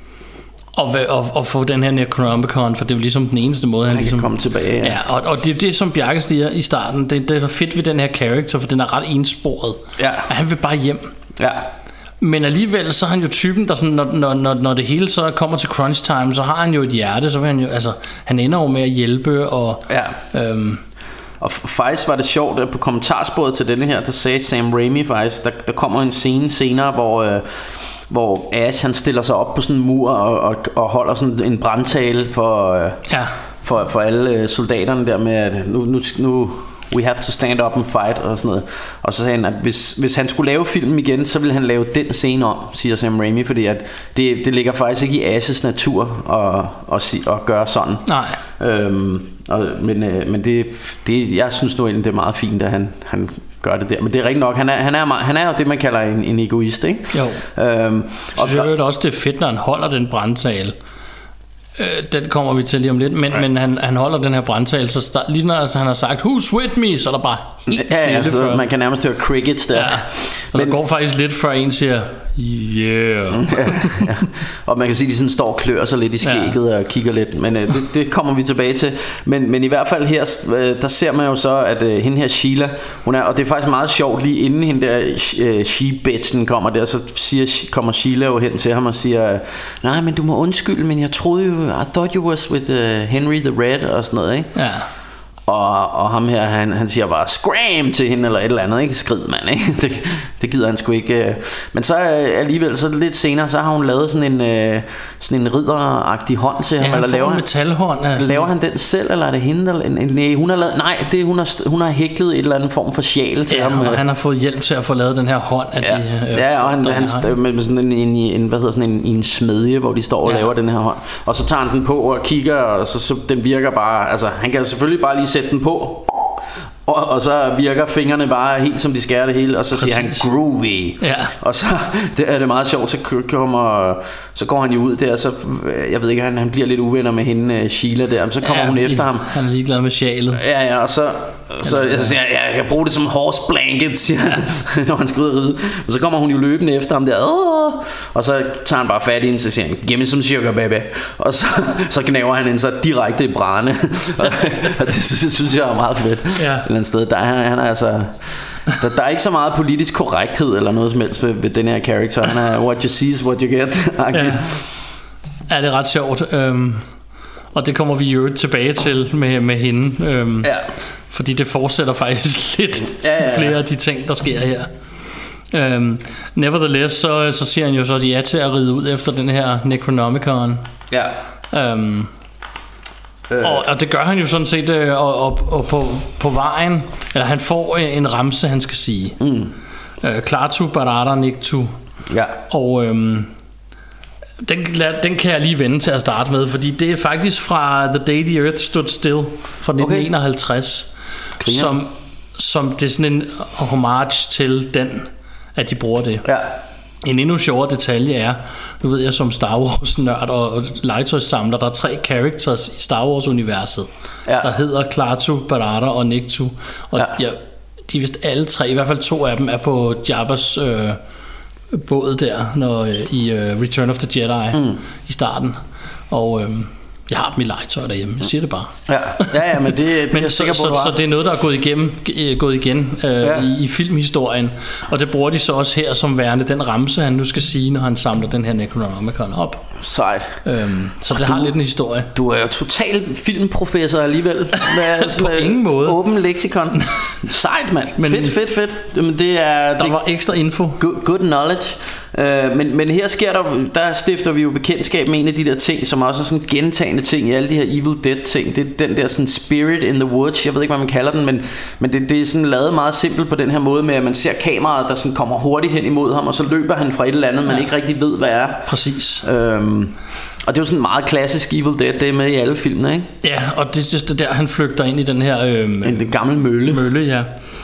og, og, og få den her Necronomicon, for det er jo ligesom den eneste måde, han, han ligesom kan komme tilbage. Ja, ja og, og det er det, som Bjarke siger i starten, det, det er fedt ved den her character, for den er ret ensporet. Ja. At han vil bare hjem. Ja. Men alligevel så er han jo typen, der sådan, når, når, når, når det hele så kommer til crunch time, så har han jo et hjerte, så vil han jo, altså, han ender jo med at hjælpe, og... Ja. Øhm, og faktisk var det sjovt, at på kommentarsporet til denne her, der sagde Sam Raimi faktisk, der, der kommer en scene senere, hvor... Øh, hvor Ash han stiller sig op på sådan en mur og, og, og holder sådan en brandtale for, øh, ja. for, for alle soldaterne der med, at nu... nu, nu we have to stand up and fight og sådan noget. Og så sagde han, at hvis, hvis han skulle lave filmen igen, så ville han lave den scene om, siger Sam Raimi, fordi at det, det ligger faktisk ikke i Ashes natur at, at, at gøre sådan. Nej. Øhm, og, men øh, men det, det, jeg synes nu egentlig, det er meget fint, at han, han gør det der. Men det er rigtigt nok, han er, han er, han er jo det, man kalder en, en egoist, ikke? Jo. Øhm, og så synes jeg også, det er fedt, når han holder den brandtale. Øh, den kommer vi til lige om lidt. Men, right. men han, han holder den her brandtale, så start, lige når altså, han har sagt who's with me, så er der bare helt stille. Ja, ja, man kan nærmest høre crickets der. Ja. Og men, så går faktisk lidt før en siger yeah. ja, ja. Og man kan sige, at de sådan står og klør sig lidt i skægget ja. og kigger lidt. Men øh, det, det kommer vi tilbage til. Men, men i hvert fald her, øh, der ser man jo så, at øh, hende her Sheila, hun er, og det er faktisk meget sjovt, lige inden hende der øh, she-bitchen kommer der, så siger, kommer Sheila jo hen til ham og siger, nej, men du må undskylde, men jeg troede jo, I thought you was with uh, Henry the Red og sådan noget, ikke? Ja. Og, og ham her, han, han siger bare scram til hende eller et eller andet, ikke? Skrid, mand, ikke? Det, det gider han sgu ikke. Men så alligevel, så lidt senere, så har hun lavet sådan en, øh, sådan en ridderagtig hånd til ham. Ja, eller laver en metalhånd. Altså. Laver han den selv, eller er det hende? Eller, nej, hun har lavet, nej, det, hun, har, hun har hæklet et eller andet form for sjæl til ja, ham. Og han har fået hjælp til at få lavet den her hånd af ja. de øh, ja, og han, han st- med sådan en, en, en, hvad hedder sådan en, en smedje, hvor de står og ja. laver den her hånd. Og så tager han den på og kigger, og så, så den virker bare, altså han kan selvfølgelig bare lige sætte den på. Og, og så virker fingrene bare helt som de skærer det hele. Og så siger Præcis. han groovy ja. Og så det er det meget sjovt. Så kommer, så går han jo ud der. Så jeg ved ikke, han, han bliver lidt uvenner med hende, Sheila der. Så kommer ja, hun efter ham. Han er ligeglad med sjælet. Ja, ja, og så, så jeg siger jeg, jeg kan bruge det som horse blanket, siger han, når han skal ud og ride. Og så kommer hun jo løbende efter ham der. Åh! Og så tager han bare fat i hende, så siger han, giv me some sugar, baby. Og så, så knæver han hende så direkte i brænde. Og det synes, synes jeg er meget fedt. Ja. Et eller andet sted. Der, han, han er altså... Der, der er ikke så meget politisk korrekthed eller noget som helst ved, ved den her karakter. Han er what you see is what you get. Ja. Ja, det er ret sjovt. Øhm, og det kommer vi jo tilbage til med, med hende. Øhm, ja. Fordi det fortsætter faktisk lidt ja, ja, ja. flere af de ting, der sker her. Øhm, nevertheless, så, så siger han jo så ja til at ride ud efter den her Necronomicon. Ja. Øhm, Øh. Og, og det gør han jo sådan set øh, og, og, og på, på vejen. Eller han får en ramse, han skal sige. mm. øh, Klaatu Barada Nikto. Ja. Og øhm, den, den kan jeg lige vende til at starte med, fordi det er faktisk fra The Day the Earth Stood Still fra nitten enoghalvtreds. Okay. som, som det er sådan en homage til den, at de bruger det. Ja. En endnu sjovere detalje er, nu ved jeg som Star Wars nørd og legetøjssamler, der er tre characters i Star Wars universet, ja. der hedder Klaatu, Barada og Nikto. Og ja. Ja, de er vist alle tre, i hvert fald to af dem er på Jabbas øh, båd der, når, øh, i øh, Return of the Jedi mm. i starten. Og øh, jeg har dem i legetøj derhjemme, jeg siger det bare. Ja, ja, ja men det, det men er så, sikker på, så, så det er noget, der er gået, igennem, gået igen øh, ja. i, i filmhistorien. Og det bruger de så også her som værende den ramse, han nu skal sige, når han samler den her Necronomicon op. Sejt. Øhm, så det du, har lidt en historie. Du er jo total filmprofessor alligevel. Med, på med ingen måde. Åben leksikon. Sejt, mand. Men fedt, fedt, fedt. Men det er, der det, var ekstra info. Good, good knowledge. Uh, men, men her sker der, der stifter vi jo bekendtskab med en af de der ting, som også er sådan gentagende ting i alle de her Evil Dead ting. Det er den der sådan spirit in the woods. Jeg ved ikke hvad man kalder den, men, men det, det er sådan lavet meget simpelt på den her måde med at man ser kameraet der sådan kommer hurtigt hen imod ham, og så løber han fra et eller andet man ja. ikke rigtig ved hvad er. Præcis. um, Og det er jo sådan meget klassisk Evil Dead. Det er med i alle filmene, ikke? Ja, og det er det der han flygter ind i den her øhm, den gamle mølle Mølle, ja.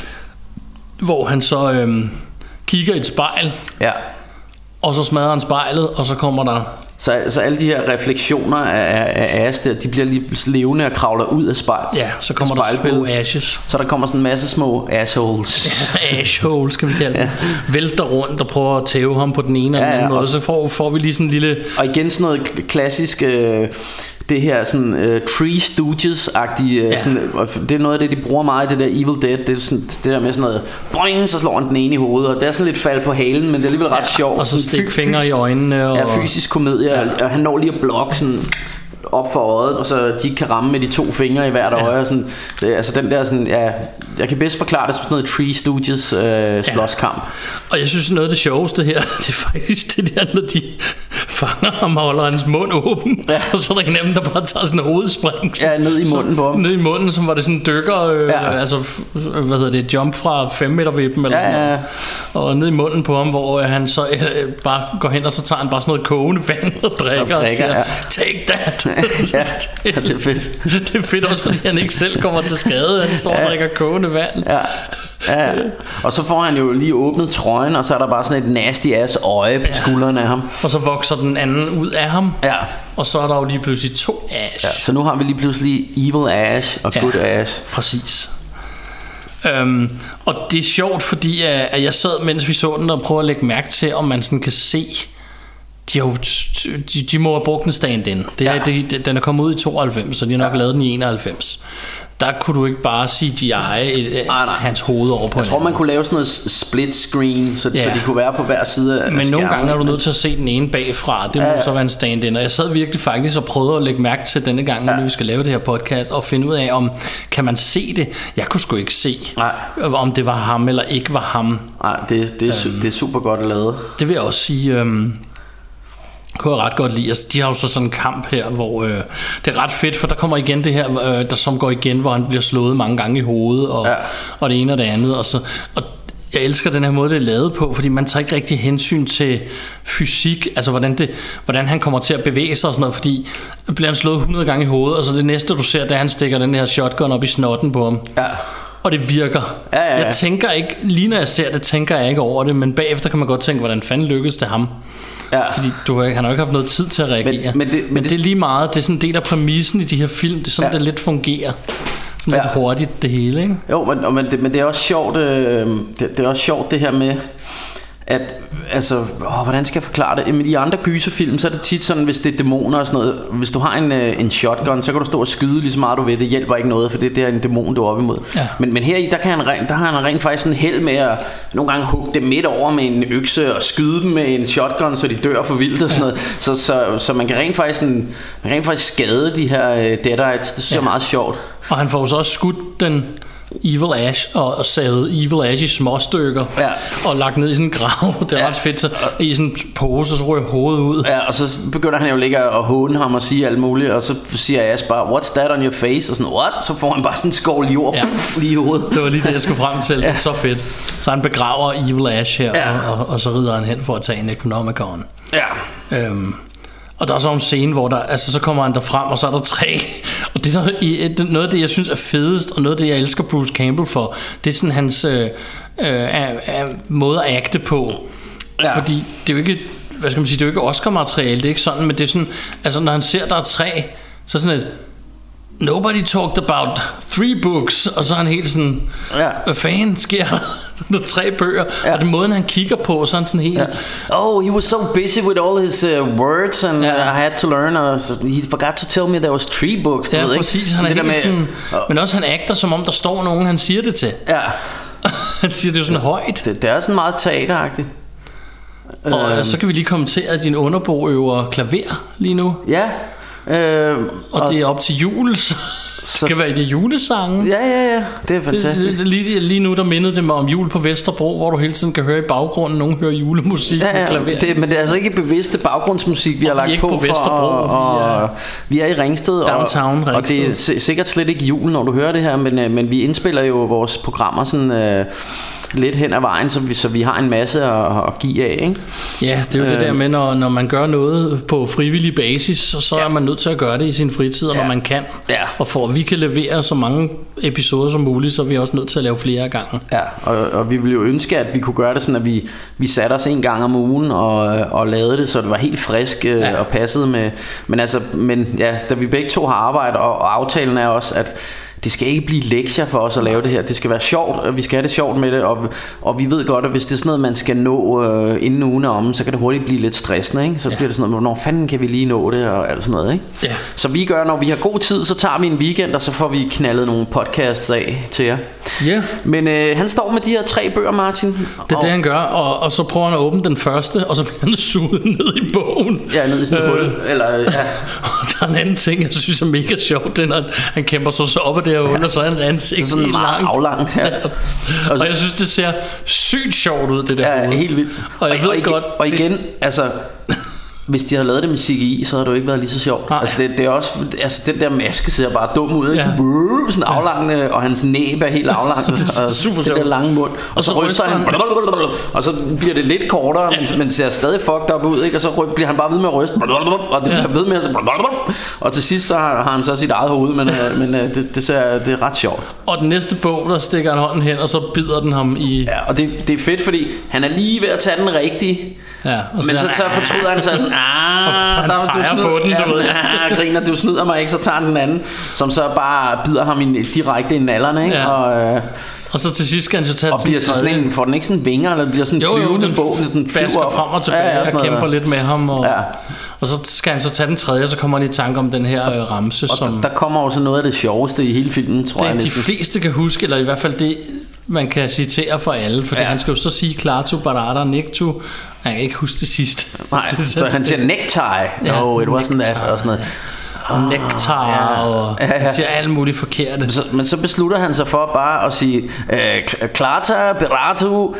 Hvor han så øhm, kigger i et spejl. Ja. Og så smadrer han spejlet, og så kommer der... Så, så alle de her refleksioner af, af Ash der, de bliver lige levende og kravler ud af spejl. Ja, så kommer der små ashes. Så der kommer sådan en masse små assholes. Ja, ashholes kan vi kalde det. Ja. Vælter rundt og prøver at tæve ham på den ene eller ja, anden ja, måde. Og så får, får vi lige sådan en lille... Og igen sådan noget klassisk... Øh, det her sådan uh, Three Stooges-agtige ja. sådan, det er noget af det de bruger meget i det der Evil Dead. Det er sådan, det der med sådan noget boing, så slår han den ene i hovedet. Og det er sådan lidt fald på halen, men det er alligevel ret ja, sjovt. Og så stik fingre i øjnene og... Ja, fysisk komedie. Ja. Og han når lige at blokke sådan op for øjet, og så de kan ramme med de to fingre i hvert øje. Ja. Sådan, det, altså den der sådan, ja, jeg kan bedst forklare det som sådan noget Three Stooges øh, slåskamp. Ja. Og jeg synes noget af det sjoveste her, det er faktisk det der, når de fanger ham og holder hans mund åben, ja. Og så er der en af dem, der bare tager sådan en hovedspring. Ja, ned i munden på ham. Ned i munden, som var det sådan en dykker, øh, ja. Altså, hvad hedder det, jump fra fem meter vippen eller ja, sådan noget. Ja. Og ned i munden på ham, hvor han så øh, bare går hen, og så tager han bare sådan noget kogende vand og drikker, og, drikker, og siger, ja. Take that. Ja, det er fedt. Det er fedt også, fordi han ikke selv kommer til skade. Han så ja. drikker kogende vand. Ja. Ja. Og så får han jo lige åbnet trøjen, og så er der bare sådan et nasty ass øje på ja. skuldrene af ham. Og så vokser den anden ud af ham. Ja. Og så er der jo lige pludselig to Ash. Ja, så nu har vi lige pludselig Evil Ash og ja. Good Ash. Præcis. Um, og det er sjovt, fordi at jeg sad, mens vi så den, og prøvede at lægge mærke til, om man sådan kan se. De, har jo, de, de må have brugt en stand-in. Det er, ja. det, den er kommet ud i tooghalvfems, så de har nok ja. lavet den i enoghalvfems. der kunne du ikke bare C G I et, nej, nej. hans hoved over på. Jeg tror man kunne lave sådan noget split screen, så, ja. så de kunne være på hver side af Men skærmen. nogle gange er du nødt til at se den ene bagfra. Det må ja, ja. så være en stand-in. Og jeg sad virkelig faktisk og prøvede at lægge mærke til denne gang, når ja. vi skal lave det her podcast, og finde ud af, om kan man se det. Jeg kunne sgu ikke se, nej. om det var ham eller ikke var ham. Nej, det, det, er, øhm, det er super godt lavet. Det vil jeg også sige. Øhm, kunne jeg ret godt lide. Altså, de har jo så sådan en kamp her, hvor øh, det er ret fedt, for der kommer igen det her, øh, der som går igen, hvor han bliver slået mange gange i hovedet, og, ja. og det ene og det andet. Og, så, og jeg elsker den her måde, det er lavet på, fordi man tager ikke rigtig hensyn til fysik, altså hvordan, det, hvordan han kommer til at bevæge sig og sådan noget, fordi bliver han slået hundrede gange i hovedet, og så det næste, du ser, det er, han stikker den her shotgun op i snotten på ham. Ja. Og det virker. Ja, ja, ja. Jeg tænker ikke, lige når jeg ser det, tænker jeg ikke over det, men bagefter kan man godt tænke, hvordan fanden lykkedes det ham? Ja. Fordi du, han har jo ikke haft noget tid til at reagere. Men, men, det, men, men det, det er lige meget. Det er sådan en del af præmissen i de her film. Det er sådan, ja. det lidt fungerer. Sådan ja. lidt hurtigt det hele, ikke? Jo, men, men, det, men det er også sjovt. Øh, det, det er også sjovt det her med, at altså, åh, hvordan skal jeg forklare det? Jamen, i andre gyserfilm, så er det tit sådan, hvis det er dæmoner og sådan noget. Hvis du har en, en shotgun, så kan du stå og skyde lige så meget du vil. Det hjælper ikke noget, for det, det er en dæmon, du er op imod. Ja. Men, men her i, der, kan han, der har han rent faktisk en held med at nogle gange hugge dem midt over med en økse og skyde dem med en shotgun, så de dør for vildt og sådan noget. Så, så, så man kan rent faktisk, en, man kan rent faktisk skade de her uh, deadites. Det synes jeg ja. er meget sjovt. Og han får så også skudt den Evil Ash og, og savet Evil Ash i små stykker, ja. og lagt ned i sådan en grav. Det er ja. ret fedt, så i sådan en pose, så ryger hovedet ud. Ja, og så begynder han jo ligge og håne ham og sige alt muligt, og så siger Ash bare, what's that on your face? Og sådan, what? Så får han bare sådan en skål jord ja. puff, lige i hovedet. Det var lige det, jeg skulle frem til. Det er ja. så fedt. Så han begraver Evil Ash her, ja. og, og, og så rider han hen for at tage en Necronomicon. Ja. Øhm, Og der er så en scene, hvor der, altså, så kommer han der frem, og så er der tre. Og det er noget af det, jeg synes er fedest, og noget af det, jeg elsker Bruce Campbell for, det er sådan hans øh, øh, øh, måde at agte på. Ja. Fordi det er jo ikke, hvad skal man sige, det er jo ikke Oscar-materiale, det er ikke sådan, men det er sådan, altså når han ser, der er tre, så sådan et, nobody talked about three books, og så er han helt sådan, ja. hvad fanden sker der? Der er tre bøger, ja. og den måde han kigger på, så er han sådan helt, ja. oh, he was so busy with all his uh, words, and ja. uh, I had to learn, og so he forgot to tell me there was three books. Ja, ved, præcis, ikke? han er helt med, sådan, oh. men også han agter, som om der står nogen, han siger det til. Ja. Han siger det jo sådan ja. højt. Det, det er sådan meget teateragtigt. Og um. så kan vi lige kommentere, at din underbo øver klaver lige nu. Ja. Øh, og, og det er op til jul, så det skal være i julesangen. Ja, ja, ja, det er fantastisk. det, det, lige, lige nu der mindede det mig om jul på Vesterbro, hvor du hele tiden kan høre i baggrunden, nogen hører julemusik, ja, ja, med klaver. Det, men det er altså ikke bevidste baggrundsmusik, vi har lagt vi på, på Vesterbro, og, og, og vi er i Ringsted, downtown og, og det er sikkert slet ikke jul, når du hører det her, men, men vi indspiller jo vores programmer sådan øh, lidt hen ad vejen, så vi, så vi har en masse at, at give af, ikke? Ja, det er jo øh, det der med, når, når man gør noget på frivillig basis, så, så ja. er man nødt til at gøre det i sin fritid, og ja. når man kan. Ja. Og for at vi kan levere så mange episoder som muligt, så er vi også nødt til at lave flere af gangen. Ja, og, og vi ville jo ønske, at vi kunne gøre det sådan, at vi, vi satte os en gang om ugen og, og lavede det, så det var helt frisk øh, ja. og passede med. Men altså, men ja, da vi begge to har arbejdet, og, og aftalen er også, at det skal ikke blive lektier for os at lave det her. Det skal være sjovt, og vi skal have det sjovt med det. Og, og vi ved godt, at hvis det er sådan noget, man skal nå øh, inden ugen er om, så kan det hurtigt blive lidt stressende, ikke? Så ja. bliver det sådan noget, hvornår fanden kan vi lige nå det, og alt sådan noget, ikke? Ja. Så vi gør, når vi har god tid, så tager vi en weekend, og så får vi knaldet nogle podcasts af til jer. Ja. Men øh, han står med de her tre bøger, Martin. Det er og, det, han gør, og, og så prøver han at åbne den første, og så bliver han suget ned i bogen. Ja, ned i sådan et øh, hul. Eller, ja. Og der er en anden ting, jeg synes er mega sjovt, det er, når han kæmper sig så op af det her hul, og så er hans ansigt sådan helt langt. Aflangt, ja. Og, og jeg synes, det ser sygt sjovt ud, det der ja, hul. Helt vildt. Og jeg og, ved og igen, godt... Og igen, det, altså... Hvis de havde lavet det med C G I, så havde det jo ikke været lige så sjovt. Altså det, det er også, altså den der maske ser bare dum ud, ikke? Ja. Sådan aflangt, og hans næb er helt aflangt. Det er super og sjovt. Den der lange mund. Og, og så, så ryster han, og så bliver det lidt kortere, ja. men, men ser stadig fucked up ud, ikke? Og så bliver han bare ved med at ryste, og det bliver ja. ved med at så, og til sidst så har, har han så sit eget hoved, men, men det, det, ser, det er ret sjovt. Og den næste bog, der stikker han hånden hen, og så bider den ham i... Ja, og det, det er fedt, fordi han er lige ved at tage den rigtige. Ja, men så, så fortryder han sig sådan, ah, der, du snyder, den, ja, sådan, ah, griner, du snyder mig ikke, så tager han den anden, som så bare bider ham i, direkte i nallerne, ikke? Ja. Og, øh, og så til sidst skal han så tage og bliver så sådan en, får den ikke sådan vinger, eller bliver sådan en flyvende jo, bog, sådan basker frem og tilbage, ja, ja, og kæmper lidt med ham, og, ja. og så skal han så tage den tredje, og så kommer han i tanke om den her øh, ramse, og som der, der kommer også noget af det sjoveste i hele filmen, tror det, jeg. De fleste kan huske, eller i hvert fald det man kan citere for alle, fordi ja. han skal jo så sige Klaatu Barada Nikto. Jeg kan ikke huske det sidste. Nej, det, så han siger necktie. Ja, no, it wasn't that. Og sådan noget. Og nektar, ja. og ja, ja. Han siger alt muligt forkert. Så, men så beslutter han sig for bare at sige Klata Baratu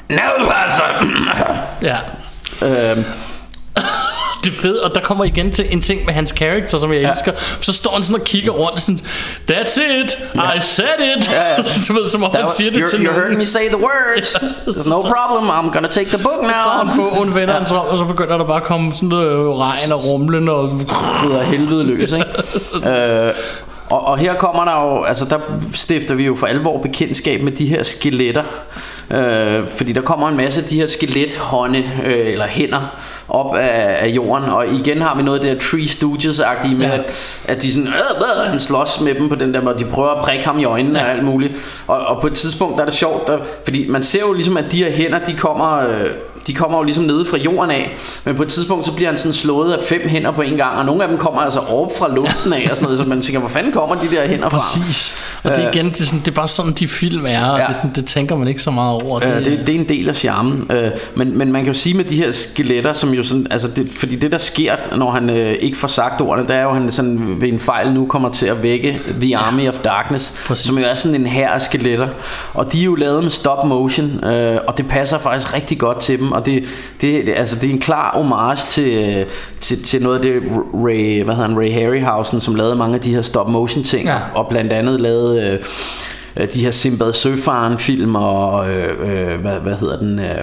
Ja. Øhm. Det er fedt, og der kommer igen til en ting med hans karakter, som jeg ja. elsker. Så står han sådan og kigger rundt og sådan, that's it, ja. I said it. Ja, ja. Så ved, som om han siger det til you nogen. You heard me say the words. Ja. There's no problem, I'm gonna take the book now. Så tager han bogen, vender ja. hans om, og så begynder der bare at komme sådan noget regn og rumlen og bryder helvede løs, ikke? øh, og, og her kommer der jo, altså der stifter vi jo for alvor bekendtskab med de her skeletter. Øh, fordi der kommer en masse af de her skelethånde øh, eller hænder op af, af jorden, og igen har vi noget af det der Three Stooges-agtige med, ja. at, at de sådan, øh, øh, han slås med dem på den der måde, de prøver at prikke ham i øjnene ja. og alt muligt, og, og på et tidspunkt der er det sjovt, der, fordi man ser jo ligesom, at de her hænder, de kommer, øh, de kommer jo ligesom nede fra jorden af, men på et tidspunkt så bliver han sådan slået af fem hænder på en gang, og nogle af dem kommer altså op fra luften af og sådan noget, så man tænker, hvor fanden kommer de der hænder fra? Præcis, og det er igen, det er, sådan, det er bare sådan de film er, og ja. det, sådan, det tænker man ikke så meget over. Det, det, det er en del af charmen, øh, men, men man kan jo sige med de her skeletter, som jo sådan, altså det, fordi det der sker, når han øh, ikke får sagt ordene, der er jo han sådan ved en fejl nu kommer til at vække The Army of Darkness, præcis. Som jo er sådan en hær af skeletter, og de er jo lavet med stop motion, øh, og det passer faktisk rigtig godt til dem, og det, det, det, altså det er en klar homage til, til, til noget af det Ray, hvad hedder han, Ray Harryhausen, som lavede mange af de her stop motion ting, ja. og blandt andet lavede øh, de her Sinbad Søfaren film og øh, øh, hvad, hvad hedder den øh,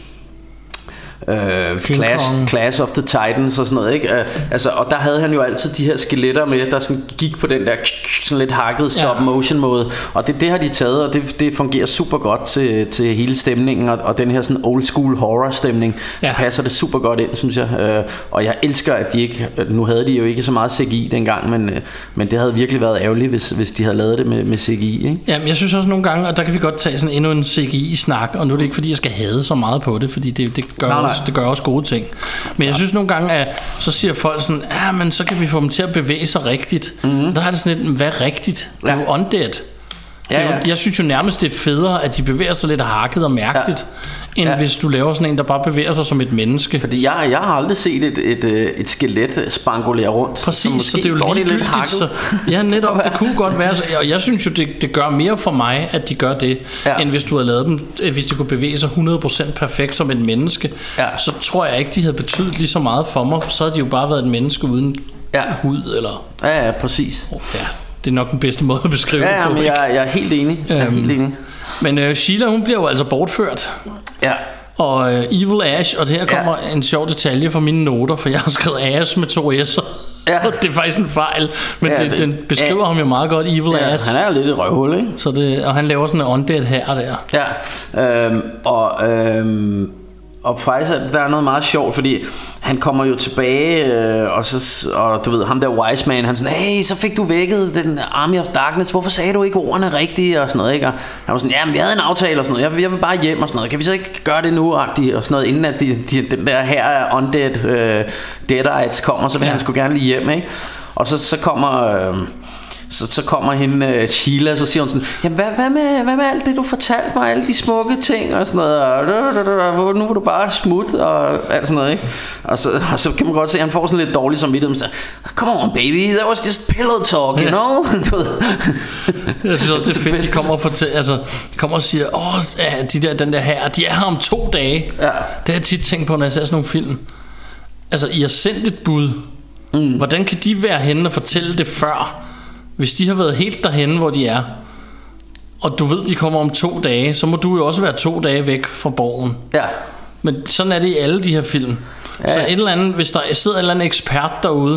øh, Clash, Clash of the Titans og sådan noget, ikke? Altså, og der havde han jo altid de her skeletter med, der sådan gik på den der sådan lidt hakket stop motion måde, og det, det har de taget, og det, det fungerer super godt til, til hele stemningen, og, og den her sådan old school horror stemning, ja. passer det super godt ind, synes jeg. Øh, og jeg elsker, at de ikke, nu havde de jo ikke så meget C G I dengang, men, men det havde virkelig været ærgerligt, hvis, hvis de havde lavet det med, med C G I, ikke? Jamen, jeg synes også nogle gange, og der kan vi godt tage sådan endnu en C G I-snak, og nu er det ikke fordi jeg skal hade så meget på det, fordi det, det gør nej, også det gør også gode ting. Men jeg synes nogle gange, at så siger folk sådan, ja, men så kan vi få dem til at bevæge sig rigtigt. Mm-hmm. Der er det sådan lidt, hvad er rigtigt? Det er ja. jo undead. Ja, ja. Jeg synes jo nærmest det er federe, at de bevæger sig lidt hakket og mærkeligt, ja. end ja. hvis du laver sådan en, der bare bevæger sig som et menneske. Fordi jeg, jeg har aldrig set et, et, et, et skelet spangulere rundt. Præcis, så det er jo ligegyldigt. Så, ja, netop, det kunne godt være. Og jeg synes jo, det, det gør mere for mig, at de gør det, ja. end hvis du havde lavet dem, hvis de kunne bevæge sig hundrede procent perfekt som et menneske. Ja. Så tror jeg ikke, de havde betydet lige så meget for mig, for så havde de jo bare været et menneske uden ja. hud. Eller... Ja, ja, præcis. Ja. Det er nok den bedste måde at beskrive ja, det på. Ja, men jeg, jeg er helt enig. Jeg er øhm, helt enig. Men uh, Sheila, hun bliver jo altså bortført. Ja. Og uh, Evil Ash, og det her kommer ja. en sjov detalje fra mine noter, for jeg har skrevet Ash med to s'er. Ja. Det er faktisk en fejl, men ja, det, det, den beskriver ja. ham jo meget godt, Evil ja, Ash. Han er jo lidt et røvhul, ikke? Så det, og han laver sådan en undead her der. Ja, øhm, og... Øhm Og faktisk der er noget meget sjovt, fordi han kommer jo tilbage, øh, og, så, og du ved, ham der wise man, han sådan, hey, så fik du vækket den Army of Darkness, hvorfor sagde du ikke ordene rigtigt, og sådan noget, ikke? Og han var sådan, ja, men vi havde en aftale og sådan noget, jeg, jeg vil bare hjem og sådan noget, kan vi så ikke gøre det nu, og sådan noget, inden at de, de, den der her undead øh, deadites kommer, så vil ja. han sgu gerne lige hjem, ikke? Og så, så kommer... Øh, Så, så kommer hende uh, Sheila, så siger hun sådan, jamen hvad, hvad, med, hvad med alt det du fortalte mig, alle de smukke ting og sådan noget, og nu var du bare smut og alt sådan noget, ikke? Og så, og så kan man godt se, at han får sådan lidt dårligt samvittighed, så come on baby, that was just pillow talk, you know? Jeg synes også det er fedt, de kommer og fortæller, altså de kommer og siger, åh, ja, de der, den der her, de er her om to dage. Ja. Det har jeg tit tænkt på, når jeg ser sådan nogle film. Altså I har sendt et bud. Mm. Hvordan kan de være henne og fortælle det før? Hvis de har været helt derhenne, hvor de er, og du ved, de kommer om to dage, så må du jo også være to dage væk fra borgen. Ja. Men sådan er det i alle de her film. Ja. Så et eller andet, hvis der sidder en eller anden ekspert derude,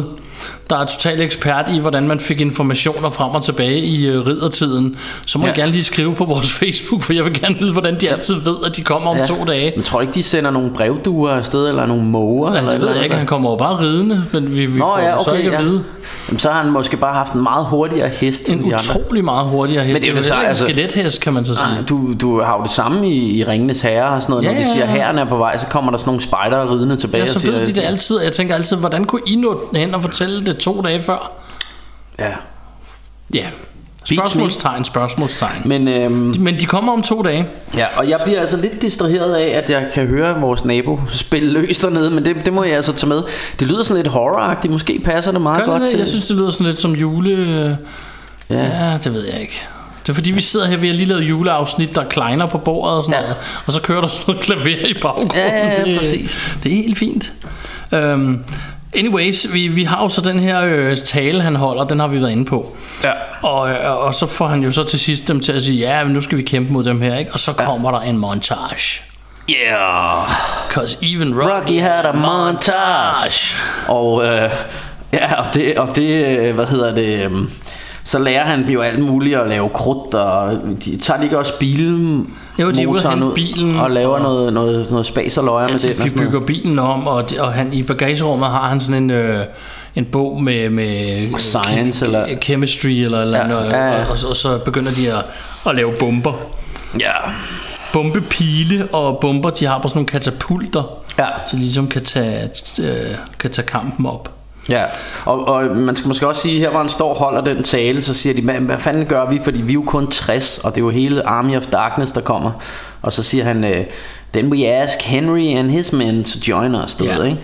der er totalt ekspert i, hvordan man fik informationer frem og tilbage i uh, riddertiden, så må ja. I gerne lige skrive på vores Facebook, for jeg vil gerne vide, hvordan de altid ved, at de kommer om ja. to dage. Men tror ikke, de sender nogle brevduer afsted, eller nogle måger? Ja, eller det ved jeg ikke, han kommer jo bare ridende, men vi, vi Nå, får ja, okay, så ikke ja. at vide. Jamen, så har han måske bare haft en meget hurtigere hest. En utrolig meget hurtigere hest. Men det er jo så, altså, en skelethest, kan man så sige. Nej, du, du har jo det samme i, i Ringenes Herre og sådan noget. Ja, når de siger, at hæren er på vej, så kommer der sådan nogle spejdere ridende tilbage. Ja, så siger, ved de det altid. Jeg tænker altid, hvordan kunne I nå hen og fortælle det to dage før? Ja. Ja. Spørgsmålstegn, spørgsmålstegn. Men, øhm, Men de kommer om to dage. Ja, og jeg bliver altså lidt distraheret af, at jeg kan høre vores nabo spille løs dernede. Men det, det må jeg altså tage med. Det lyder sådan lidt horroragtigt. Måske passer det meget Gør godt det? til. Jeg synes det lyder sådan lidt som jule. Ja, ja det ved jeg ikke. Det er fordi vi sidder her, vi har lige lavet juleafsnit, der kleiner på bordet og sådan ja. noget, og så kører der sådan noget klaver i baggrunden. Ja, ja, ja, det, præcis. Det er helt fint. um, Anyways, vi, vi har jo så den her øh, tale han holder, den har vi været inde på. Ja. Og, øh, og så får han jo så til sidst dem til at sige, ja, men nu skal vi kæmpe mod dem her, ikke? Og så kommer ja. der en montage. Yeah. Cause even Rocky, Rocky had a montage. Og øh, ja, og det, og det, hvad hedder det... Øh, så lærer han jo alt muligt at lave krudt, og de tager de ikke også bilen, jo, de ud bilen og laver noget, noget, noget spas og løjer altså, med det. De bygger bilen om, og, de, og han i bagagerummet har han sådan en, øh, en bog med, med science, eller chemistry eller, eller ja, noget, ja, ja. Og, og, og så begynder de at, at lave bomber. Ja. Bombepile og bomber, de har på sådan nogle katapulter, ja. så ligesom kan tage, øh, kan tage kampen op. Ja, og, og man skal måske også sige, her hvor han står og holder den tale, så siger de, hvad, hvad fanden gør vi, fordi vi er jo kun tres, og det er jo hele Army of Darkness, der kommer. Og så siger han, uh, then we ask Henry and his men to join us, du ja. ved, ikke?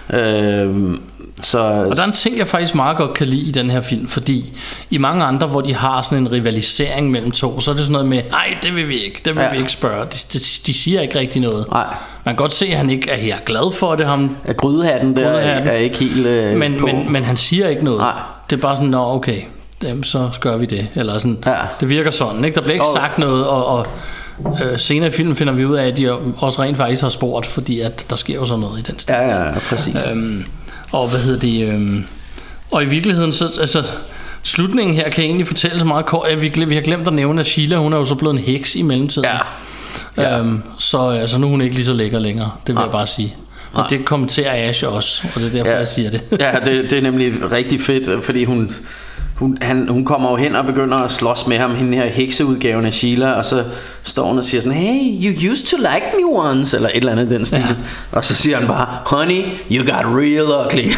Uh, så, og der er en ting, jeg faktisk meget godt kan lide i den her film, fordi i mange andre, hvor de har sådan en rivalisering mellem to, så er det sådan noget med, nej, det vil vi ikke, det vil ja. vi ikke spørge. De, de, de siger ikke rigtig noget. Nej. Man kan godt se, at han ikke er her glad for det. Ham. Ja, grydehatten der er, er ikke helt øh, men, på. Men, men han siger ikke noget. Nej. Det er bare sådan, nå okay, dem, så gør vi det. Eller sådan, ja. det virker sådan, ikke? Der bliver ikke oh. sagt noget, og... og Øh, senere i filmen finder vi ud af, at de også rent faktisk har spurgt, fordi at der sker jo sådan noget i den stil. Ja, ja, præcis. Øhm, og hvad hedder det? Øhm, og i virkeligheden, så altså, slutningen her kan egentlig fortælles meget kort. Ja, vi, vi har glemt at nævne, at Sheila, hun er jo så blevet en heks i mellemtiden. Ja. Ja. Øhm, så altså, nu er hun ikke lige så lækker længere. Det vil Nej. jeg bare sige. Og Nej. det kommenterer Ash også, og det er derfor, ja. jeg siger det. Ja, det, det er nemlig rigtig fedt, fordi hun... Hun, han, hun kommer jo hen og begynder at slås med ham, hende her hekseudgaven af Sheila, og så står hun og siger sådan, hey, you used to like me once, eller et eller andet den stil. Ja. Og så siger han bare, honey, you got real ugly.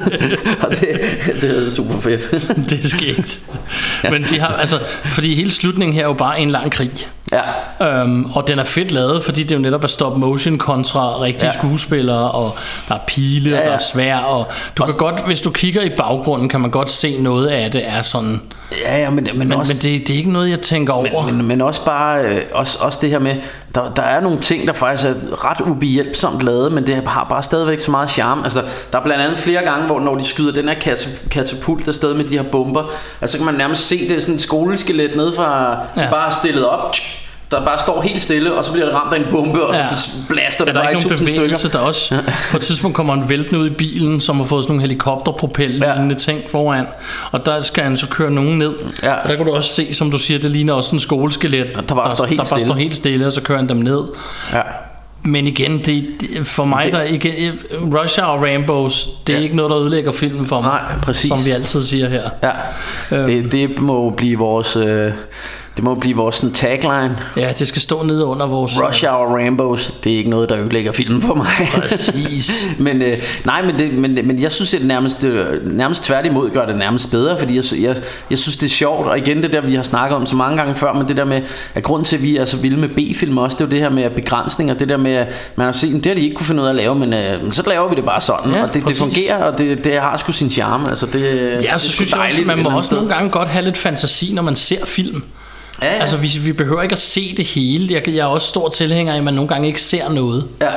Og det, det er super fedt. Det er skægt. Ja. Men de har, altså, fordi hele slutningen her er jo bare en lang krig. Ja. Øhm, og den er fedt lavet, fordi det jo netop er stop motion kontra rigtige ja. skuespillere, og der er pile, ja, ja. og der er svær, og du og kan godt, hvis du kigger i baggrunden, kan man godt se noget af det er sådan. Ja, ja, men, men, men, også, men det, det er ikke noget, jeg tænker over. Men, men, men også bare, øh, også, også det her med, der, der er nogle ting, der faktisk er ret ubehjælpsomt lavet, men det har bare stadigvæk så meget charme. Altså, der er blandt andet flere gange, hvor når de skyder den her katapult afsted med de her bomber, altså så kan man nærmest se det sådan et skoleskelet ned fra, ja. de bare er stillet op, der bare står helt stille, og så bliver det ramt af en bombe, og ja. så blaster det bare i tusind stykker. Der også, på et tidspunkt kommer han væltende ud i bilen, som har fået sådan nogle helikopterpropel-lignende ja. ting foran, og der skal han så køre nogen ned. Ja. Og der kan du også se, som du siger, det ligner også en skoleskelet, der bare, der, står, helt der bare står helt stille, og så kører han dem ned. Ja. Men igen, det, det, for mig, det, der igen, Rush Hour Rambos, det er ja. ikke noget, der ødelægger filmen for mig. Nej, præcis. Som vi altid siger her. Ja. Øhm. Det, det må blive vores... Øh Det må blive vores sådan, tagline. Ja, det skal stå nede under vores Rush Hour Rambos. Det er ikke noget, der ødelægger filmen for mig. Præcis. men øh, nej, men, det, men, men jeg synes, at det nærmest, det, nærmest tværtimod gør det nærmest bedre, fordi jeg, jeg, jeg synes, det er sjovt. Og igen, det der, vi har snakket om så mange gange før, men det der med, at grunden til, at vi er så vilde med B-film også, det er jo det her med begrænsninger. Det der med, at man har set, det har de ikke kunne finde ud af at lave, men øh, så laver vi det bare sådan. Ja, og det, det fungerer, og det, det har sgu sin charme. Altså, det, ja, det så synes jeg også, man må også sted. nogle gange godt have lidt fantasi, når man ser film. Ja, ja. Altså vi, vi behøver ikke at se det hele. Jeg, jeg er også stor tilhænger af, at man nogle gange ikke ser noget. Ja.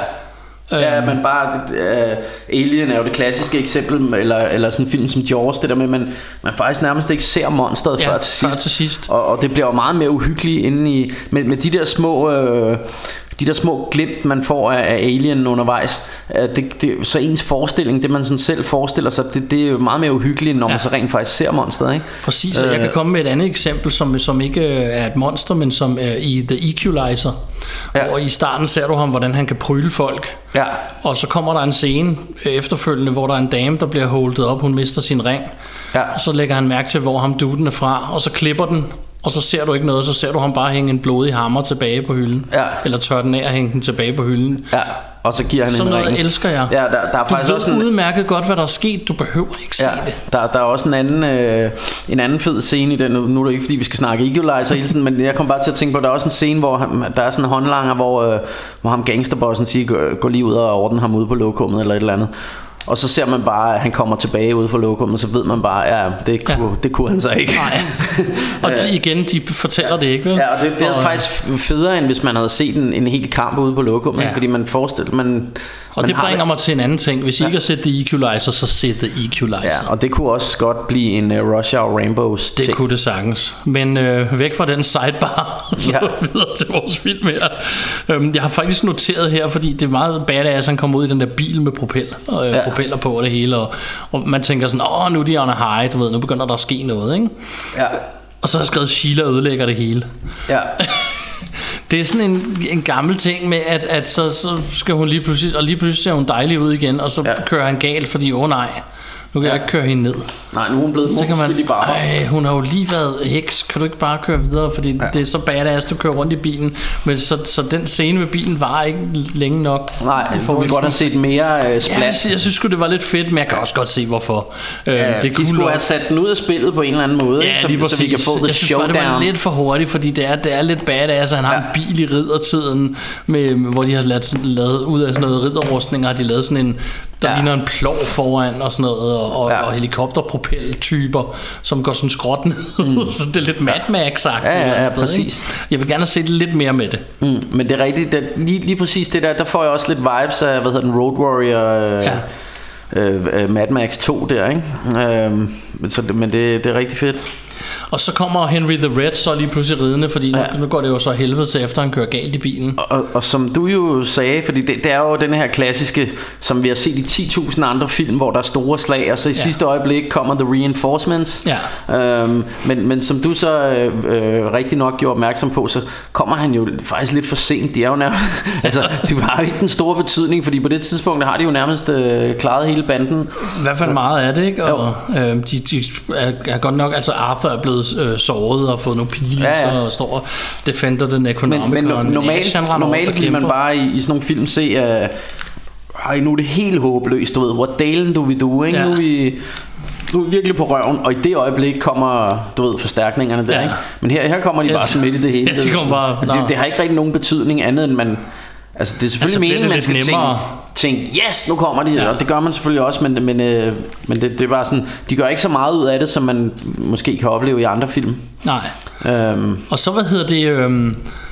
Ja, men bare uh, Alien er jo det klassiske eksempel, eller, eller sådan en film som Jaws, det der med, at man, man faktisk nærmest ikke ser monsteret ja, før til sidst, til sidst. Og, og det bliver jo meget mere uhyggeligt inde i, med, med de der små uh, de der små glimt man får af, af alien undervejs, det, det, så ens forestilling, det man sådan selv forestiller sig, det, det er jo meget mere uhyggeligt, når ja. man så rent faktisk ser monsteret, ikke? Præcis, og jeg kan komme med et andet eksempel, som, som ikke er et monster, men som er i The Equalizer, ja. hvor i starten ser du ham, hvordan han kan pryle folk, ja. og så kommer der en scene efterfølgende, hvor der er en dame, der bliver holdet op, hun mister sin ring, ja. og så lægger han mærke til, hvor ham duden er fra, og så klipper den, og så ser du ikke noget, så ser du ham bare hænge en blodig hammer tilbage på hylden, ja. eller tør den af at hænge den tilbage på hylden. Ja. Og så giver han sådan en noget ring. Elsker jeg. Ja, der, der er du faktisk ved også en... udmærket godt, hvad der er sket. Du behøver ikke ja, se det. Der, der er også en anden, øh, en anden fed scene i den. Nu, nu er det ikke fordi vi skal snakke Equalizer hele tiden, men jeg kom bare til at tænke på, at der er også en scene, hvor han, der er sådan en håndlanger, hvor, øh, hvor ham gangsterbossen siger, gå, gå lige ud og ordne ham ude på lokummet eller et eller andet. Og så ser man bare, at han kommer tilbage ude fra lokummet, og så ved man bare, ja, det kunne, ja. det kunne han så ikke. Nej. Og det, igen, de fortæller det ikke, vel? Ja, og det, det er og... faktisk federe, end hvis man havde set en, en hel kamp ude på lokummet, ja. fordi man forestiller, man... Og det bringer mig til en anden ting. Hvis I ja. ikke har set The Equalizer, så se The Equalizer. Ja, og det kunne også godt blive en uh, Rush Hour Rainbows Det ting. kunne det sagtens. Men øh, væk fra den sidebar, så ja. videre til vores film her. Øhm, jeg har faktisk noteret her, fordi det er meget badass, han kommer ud i den der bil med propel, og, øh, ja. propeller på og det hele. Og, og man tænker sådan, åh, nu er de on a high, du ved, nu begynder der at ske noget, ikke? Ja. Og så har jeg skrevet, Sheila ødelægger det hele. Ja. Det er sådan en, en gammel ting med, at, at så, så skal hun lige pludselig, og lige pludselig ser hun dejlig ud igen, og så ja. kører han galt, fordi åh oh, nej, nu kan ja. jeg ikke køre hende ned. Nej, nu er hun blevet modspillig bare. Ej, hun har jo lige været heks, kan du ikke bare køre videre, fordi ja. det er så badass, du kører rundt i bilen. Men så, så den scene med bilen var ikke længe nok. Nej, du ville godt have set mere uh, splat. Ja, jeg, jeg synes sgu det var lidt fedt, men jeg kan også godt se hvorfor. Ja, øh, det de skulle have sat den ud af spillet på en eller anden måde, ja, ikke? Så, så vi kan få the jeg synes showdown. Bare, det var lidt for hurtigt, fordi det er, det er lidt badass, han har ja. en bil i riddertiden, med, hvor de har lavet, lavet ud af sådan noget ridderrustning, har de lavet sådan en, der ja. ligner en plov foran og sådan noget, og, og, ja. og helikopterpropel-typer, som går sådan skråt ned, mm. så det er lidt Mad Max-agtigt. Ja, ja, ja, sted, præcis. Ikke? Jeg vil gerne se lidt mere med det. Mm, men det er rigtigt, det, lige, lige præcis det der, der får jeg også lidt vibes af, hvad hedder den, Road Warrior, øh, ja. øh, Mad Max to der, ikke? Øh, så det, men det, det er rigtig fedt. Og så kommer Henry the Red så lige pludselig ridende, fordi nu, ja. nu går det jo så helvede til, efter han kører galt i bilen. Og, og som du jo sagde, fordi det, det er jo den her klassiske, som vi har set i ti tusind andre film, hvor der er store slag, og så i ja. sidste øjeblik kommer The Reinforcements. Ja. Øhm, men, men som du så øh, øh, rigtig nok gjorde opmærksom på, så kommer han jo faktisk lidt for sent. De er jo nærmest, altså, de har jo ikke den store betydning, fordi på det tidspunkt har de jo nærmest øh, klaret hele banden. I hvert fald meget af det, ikke? Og øh, de, de er, er godt nok, altså Arthur er blevet Øh, såret og fået nogle pile, ja, ja. så står og defender den Economicon. Men, men normalt, normalt vil man bare i, i sådan nogle film se, at uh, nu er det helt håbløst, du ved, hvor dalen du vil du, ikke? Ja. Nu er vi nu er vi virkelig på røven, og i det øjeblik kommer, du ved, forstærkningerne der, ja. ikke? Men her, her kommer de bare så midt i det hele. Ja, de kommer bare, det, det har ikke rigtig nogen betydning andet end man. Altså det er selvfølgelig altså, meningen man skal tænke, tænke yes, nu kommer de, ja. og det gør man selvfølgelig også, men, men, øh, men det, det er bare sådan, de gør ikke så meget ud af det, som man måske kan opleve i andre film. Nej. øhm. Og så hvad hedder det, øh,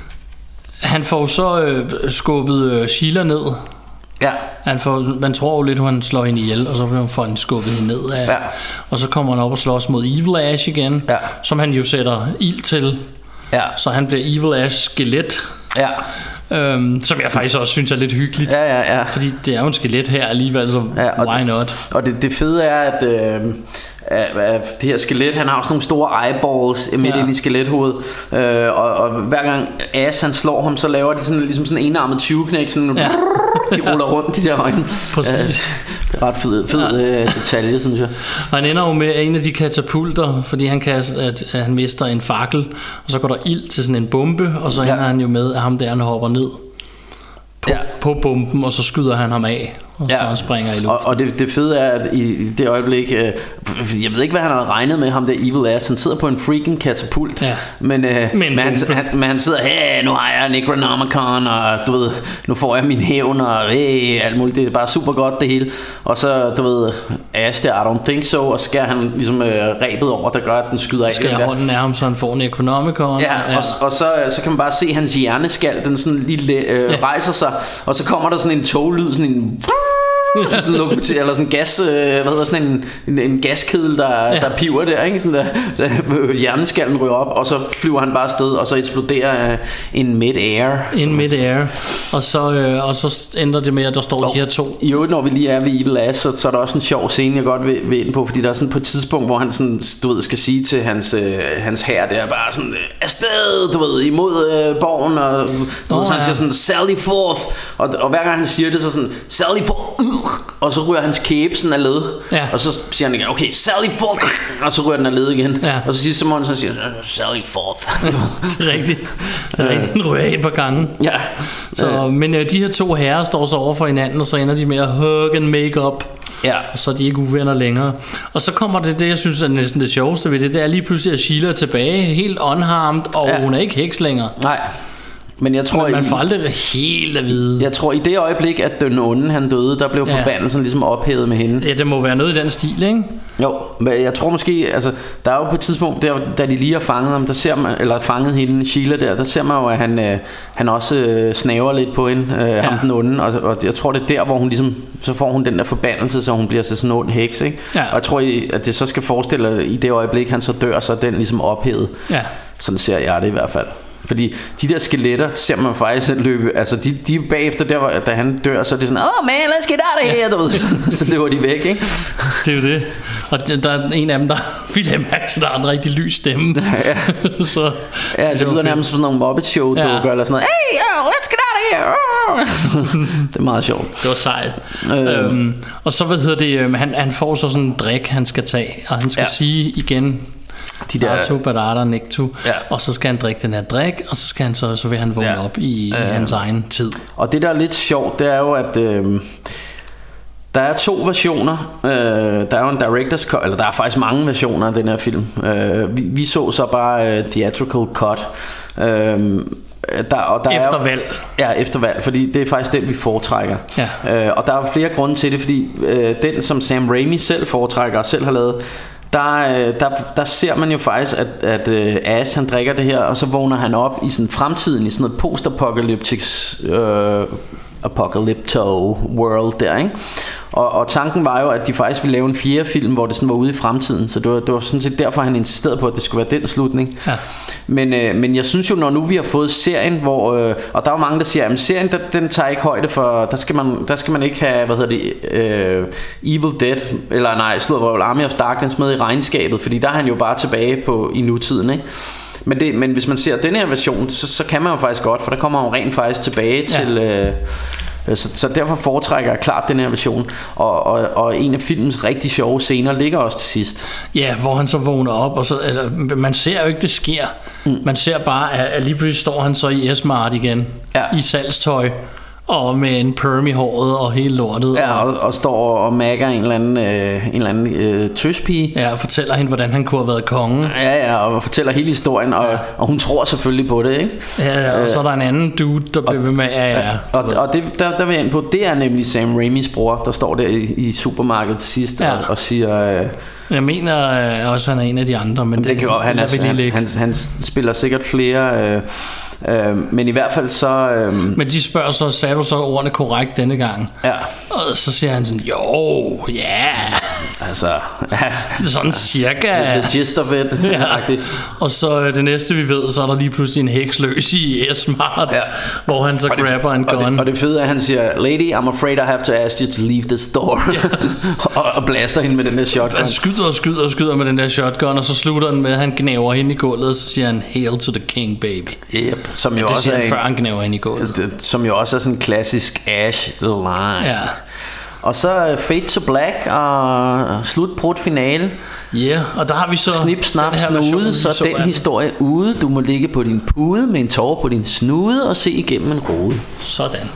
han får så øh, skubbet øh, Sheila ned. Ja. Han får, man tror jo lidt, at han slår hende ihjel, og så får han skubbet hende ned af. Ja. Og så kommer han op og slås mod Evil Ash igen, ja. som han jo sætter ild til. Ja. Så han bliver Evil Ash skelet. Ja. Øhm, som jeg faktisk også synes er lidt hyggeligt. Ja, ja, ja. Fordi det er jo en skelet her alligevel, så ja, why det, not? Og det, det fede er, at øh, øh, det her skelet, han har også nogle store eyeballs midt ja. ind i skelethovedet, øh, og, og hver gang Ash han slår ham, så laver de sådan, ligesom sådan en enarmet tyveknæk, sådan ja. de ruller rundt, de der øjne. Præcis. Det er ret fed, fed ja. øh, detalje, synes jeg. Og han ender jo med en af de katapulter, fordi han kan, at, at han mister en fakkel, og så går der ild til sådan en bombe, og så ja. ender han jo med, at ham der han hopper ned på, ja. på bomben, og så skyder han ham af, og ja. så han springer i luften. Og, og det, det fede er, at i det øjeblik, øh, jeg ved ikke, hvad han havde regnet med, ham der Evil Ass, han sidder på en freaking katapult, ja. men, øh, men, han, han, men han sidder, hey, nu har jeg Necronomicon, og du ved, nu får jeg min hævn, og hey, alt muligt, det er bare super godt det hele. Og så, du ved, Ash der, I don't think so, og skærer han ligesom øh, rebet over, der gør, at den skyder af. Skærer hånden af ham, så han får Necronomicon. Ja, ja. Og, og så, så kan man bare se hans hjerneskal, den sådan lige øh, ja. rejser sig, og så kommer der sådan en toglyd, sådan en sådan en lokomotiv, eller sådan en gas, øh, hvad hedder sådan en, en, en gaskedel, der, ja. der piver der, ikke? Sådan der, der hjerneskallen ryger op, og så flyver han bare afsted, og så eksploderer øh, en mid-air. En mid-air, og så, øh, og så ender det med, at der står Nå, de her to. I øvrigt, når vi lige er ved Evil Ass, så, så er der også en sjov scene, jeg godt vil, vil ind på, fordi der er sådan på et tidspunkt, hvor han sådan, du ved, skal sige til hans, øh, hans hær, det er bare sådan, afsted, du ved, imod øh, borgen, og du oh, ved, så han ja. siger sådan, Sally forth, og, og hver gang han siger det, så sådan, Sally forth, øh, og så ryger hans kæbe sådan af led, ja. og så siger han igen, okay, Sally forth, og så ryger den af led igen, ja. og så siger Simon, så siger Sally forth. Rigtigt, rigtigt, den ryger et par gange. Ja. Så, men øh, de her to herrer står så over for hinanden, og så ender de med at hug and make up. Ja. Og så er de ikke uvenner længere. Og så kommer det, det jeg synes er næsten det sjoveste ved det, det er lige pludselig, at Sheila er tilbage, helt unharmed, og ja. hun er ikke heks længere. Nej. Men jeg tror, men man får aldrig det helt at vide. Jeg tror i det øjeblik, at den onde han døde, der blev ja. forbandelsen ligesom ophævet med hende. Ja, det må være noget i den stil, ikke? Jo, men jeg tror måske, altså der er jo på et tidspunkt der, da de lige har fanget ham, der ser man, eller fanget hende Sheila der, der ser man jo, at han, øh, han også øh, snaver lidt på hende, øh, ja. ham den onde, og, og jeg tror det er der, hvor hun ligesom, så får hun den der forbandelse, så hun bliver så sådan en ond heks, ikke? Ja. Og jeg tror, at det så skal forestille, at i det øjeblik han så dør, så er den ligesom ophævet. Ja. Sådan ser jeg det i hvert fald. Fordi de der skeletter ser man faktisk løbe, altså de, de bagefter der, hvor, da han dør, så er det sådan, oh man, let's get out of here, du ved. Så løber de væk, ikke? Det er jo det. Og der er en af dem, der vi lader mærke til, der er en rigtig lys stemme. Ja, så, ja det lyder nærmest sådan nogle Muppet Show dukker ja. eller sådan noget. Hey, oh, let's get out of here. Det er meget sjovt. Det var sejt. øh. øhm, Og så hvad hedder det, han, han får så sådan en drik, han skal tage, og han skal ja. sige igen, de der Arto, Barada, Necto, ja. og så skal han drikke den her drik, og så skal han så, så vil han vågne ja. op i, øh. i hans egen tid. Og det der er lidt sjovt, det er jo at øh, der er to versioner. øh, Der er jo en director's cut, eller der er faktisk mange versioner af den her film. øh, vi, vi så så bare uh, theatrical cut. øh, Der, og der efter er, valg. Ja, efter valg, fordi det er faktisk den vi foretrækker. Ja. øh, Og der er flere grunde til det, fordi øh, den som Sam Raimi selv foretrækker og selv har lavet, Der, der, der ser man jo faktisk at, at uh, Ash han drikker det her, og så vågner han op i sådan fremtiden, i sådan noget post-apocalyptic uh, apocalypto world der, ikke? Og, og tanken var jo, at de faktisk ville lave en fjerde film, hvor det sådan var ude i fremtiden. Så det var, det var sådan set derfor, han insisterede på, at det skulle være den slutning. Ja. Men, øh, men jeg synes jo, når nu vi har fået serien, hvor øh, og der er jo mange, der siger, at serien, der, den tager ikke højde for, der skal man, der skal man ikke have, hvad hedder det, øh, Evil Dead, eller nej, slået hvor Army of Darkness med i regnskabet, fordi der er han jo bare tilbage på i nutiden, ikke? Men, det, men hvis man ser den her version, så, så kan man jo faktisk godt, for der kommer han jo rent faktisk tilbage ja. til... Øh, Så, så derfor foretrækker jeg klart den her version. Og, og, og en af filmens rigtig sjove scener ligger også til sidst. Ja, hvor han så vågner op, og så, eller, man ser jo ikke det sker. mm. Man ser bare at, at lige pludselig står han så i S-Mart igen, ja. i salgstøj, og med en perm i håret og hele lortet. Ja, og, og står og magger en eller anden, øh, en eller anden øh, tøspige. Ja, og fortæller hende, hvordan han kunne have været konge. Ja, ja, og fortæller hele historien, og, ja. og hun tror selvfølgelig på det, ikke? Ja, ja, og øh, så er der en anden dude, der bliver ved med, ja, ja. Og, og det, der, der vil jeg ind på, det er nemlig Sam Raimis bror, der står der i, i supermarkedet til sidst, ja. og, og siger... Øh, jeg mener øh, også, at han er en af de andre, men det, det kan jo, han, er, han, han, han spiller sikkert flere... Øh, Øh, men i hvert fald så øh, men de spørger så, sagde du så ordene korrekt denne gang? Ja. Og så siger han sådan, jo, ja yeah. Altså ja. Sådan cirka the, the gist of it. Ja. Og så det næste vi ved, så er der lige pludselig en heks løs i S-Mart, ja. hvor han så og grabber det, en gun. Og det, og det fede er, at han siger, lady, I'm afraid I have to ask you to leave the store. Ja. og, og blaster hende med den der shotgun. Han skyder og skyder og skyder med den der shotgun, og så slutter den med, at han gnæver hende i gulvet, og så siger han, hail to the king, baby. Yep. Som jo ja, det også siger er han, før han gnæver hende i gulvet. Som jo også er sådan en klassisk Ash line. Ja. Og så Fade to Black og slutbrud finale. Ja, yeah, og der har vi så snip, snap, snude, så, så den historie ude. Du må ligge på din pude med en tåre på din snude og se igennem en rode. Sådan.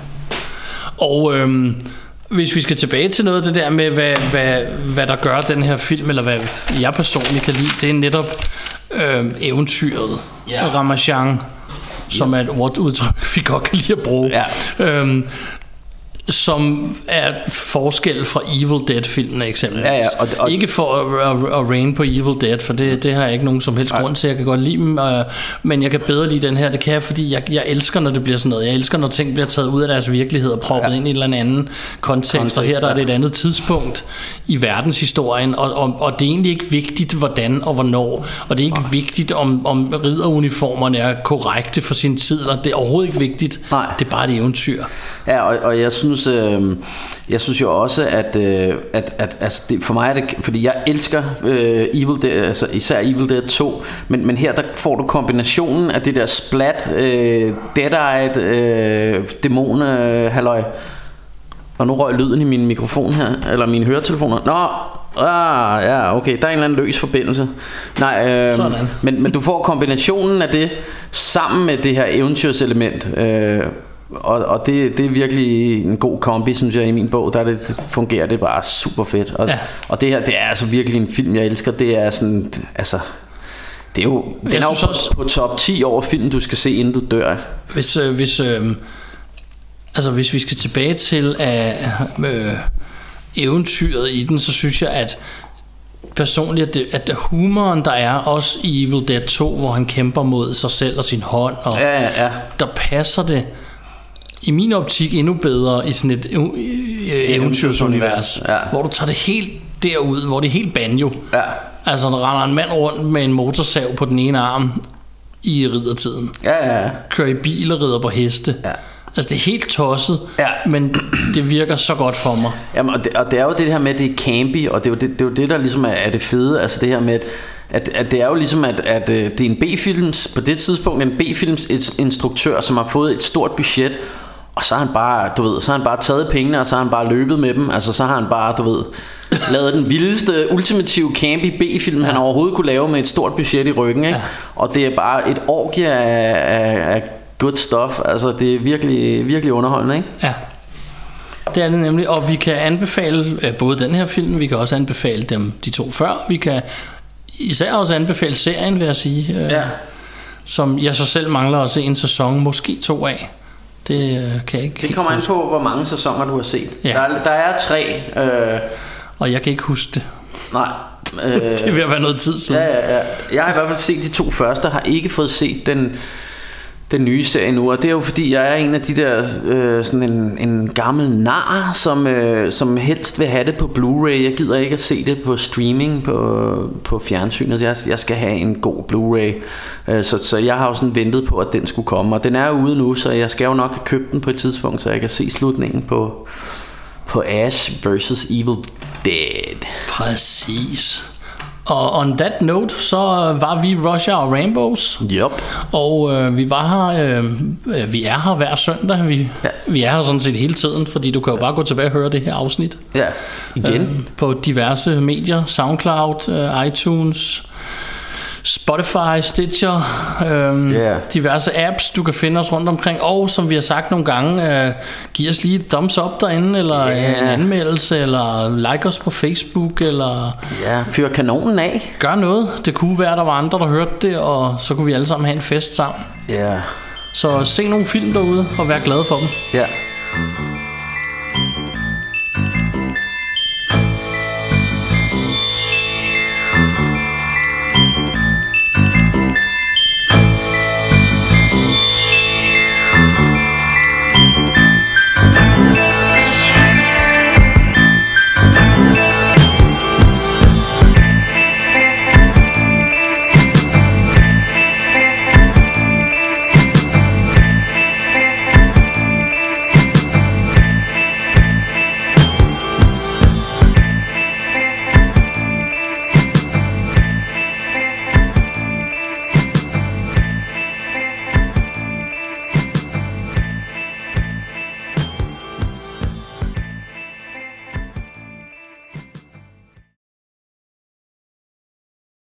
Og øhm, hvis vi skal tilbage til noget af det der med hvad, hvad, hvad der gør den her film, eller hvad jeg personligt kan lide, det er netop øhm, eventyret, yeah. Ramachan, som yeah. er et ordudtryk vi godt kan lide at bruge. Yeah. øhm, som er forskel fra Evil Dead-filmene eksempelvis. Ja, ja, og, og ikke for at, at, at rain på Evil Dead, for det, det har jeg ikke nogen som helst grund til. Jeg kan godt lide dem, øh, men jeg kan bedre lide den her. Det kan jeg, fordi jeg, jeg elsker, når det bliver sådan noget. Jeg elsker, når ting bliver taget ud af deres virkelighed og proppet ja. ind i en eller anden kontekst. kontekst og her der er det et andet tidspunkt i verdenshistorien, og, og, og det er egentlig ikke vigtigt, hvordan og hvornår. Og det er ikke Nej. vigtigt, om, om ridderuniformerne er korrekte for sin tid. Og det er overhovedet ikke vigtigt. Nej. Det er bare et eventyr. Ja, og, og jeg synes øh, jeg synes jo også at, øh, at, at altså det, for mig er det, fordi jeg elsker øh, Evil Dead, altså især Evil Dead to, men, men her der får du kombinationen af det der splat øh, dead-eyed øh, dæmon øh, halløj. Og nu røg lyden i min mikrofon her, eller mine høretelefoner. Nå, ah, ja, okay, der er en eller anden løs forbindelse. Nej, øh, men, men du får kombinationen af det sammen med det her eventyrselement. Øh, Og, og det, det er virkelig en god kombi, synes jeg, i min bog. Der det, det fungerer det bare super fedt. Og, ja. og det her, det er altså virkelig en film, jeg elsker. Det er sådan, altså, det er jo, den er jo på, også, på top ti over film, du skal se, inden du dør. Hvis, øh, hvis, øh, altså, hvis vi skal tilbage til øh, øh, eventyret i den, så synes jeg, at personligt, at, det, at humoren, der er også i Evil Dead to, hvor han kæmper mod sig selv og sin hånd, og ja, ja, ja. der passer det i min optik endnu bedre i sådan et eventyrsunivers, ja. hvor du tager det helt derud, hvor det er helt banjo. Ja. Altså, der render en mand rundt med en motorsav på den ene arm i riddertiden. Ja, ja, ja. Kører i bil og rider på heste. Ja. Altså, det er helt tosset, ja. men det virker så godt for mig. Jamen, og det, og det er jo det her med, at det er campy, og det er jo det, det, er jo det der ligesom er, er det fede. Altså det her med, at At, at det er jo ligesom at, at det er en B-films på det tidspunkt en B-films instruktør, som har fået et stort budget, og så har han bare, du ved, så har han bare taget pengene, og så har han bare løbet med dem. Altså så har han bare, du ved, lavet den vildeste ultimative campy B-film, ja. han overhovedet kunne lave med et stort budget i ryggen, ikke? Ja. Og det er bare et orgie af, af, af good stuff. Altså det er virkelig, virkelig underholdende, ikke? Ja. Det er det nemlig. Og vi kan anbefale både den her film, vi kan også anbefale dem de to før. Vi kan især også anbefale serien, vil jeg sige, øh, ja. som jeg så selv mangler at se en sæson, måske to af. Det øh, kan jeg ikke. Det kommer an på, hvor mange sæsoner du har set. Ja. Der, der er tre. Øh... Og jeg kan ikke huske det. Nej. Øh... det er ved at være noget tid siden. Ja, ja, ja. Jeg har i hvert fald set de to første, har ikke fået set den den nye serie nu, og det er jo fordi jeg er en af de der øh, sådan en, en gammel nar, som, øh, som helst vil have det på Blu-ray. Jeg gider ikke at se det på streaming på, på fjernsynet. Jeg, jeg skal have en god Blu-ray, øh, så, så jeg har jo sådan ventet på, at den skulle komme, og den er ude nu, så jeg skal jo nok have købt den på et tidspunkt, så jeg kan se slutningen på, på Ash versus. Evil Dead. Præcis. Og on that note, så var vi Rush Hour Rambos. Yep. Og øh, vi var her øh, Vi er her hver søndag. Vi, ja. vi er her sådan set hele tiden, fordi du kan jo bare gå tilbage og høre det her afsnit. Ja, igen. Øh, på diverse medier, SoundCloud, øh, iTunes, Spotify, Stitcher, øhm, yeah. diverse apps, du kan finde os rundt omkring. Og som vi har sagt nogle gange, øh, giv os lige et thumbs up derinde, eller yeah. en anmeldelse, eller like os på Facebook, eller ja, yeah. fyr kanonen af. Gør noget. Det kunne være, der var andre, der hørte det, og så kunne vi alle sammen have en fest sammen. Ja. Yeah. Så se nogle film derude, og vær glade for dem. Ja. Yeah.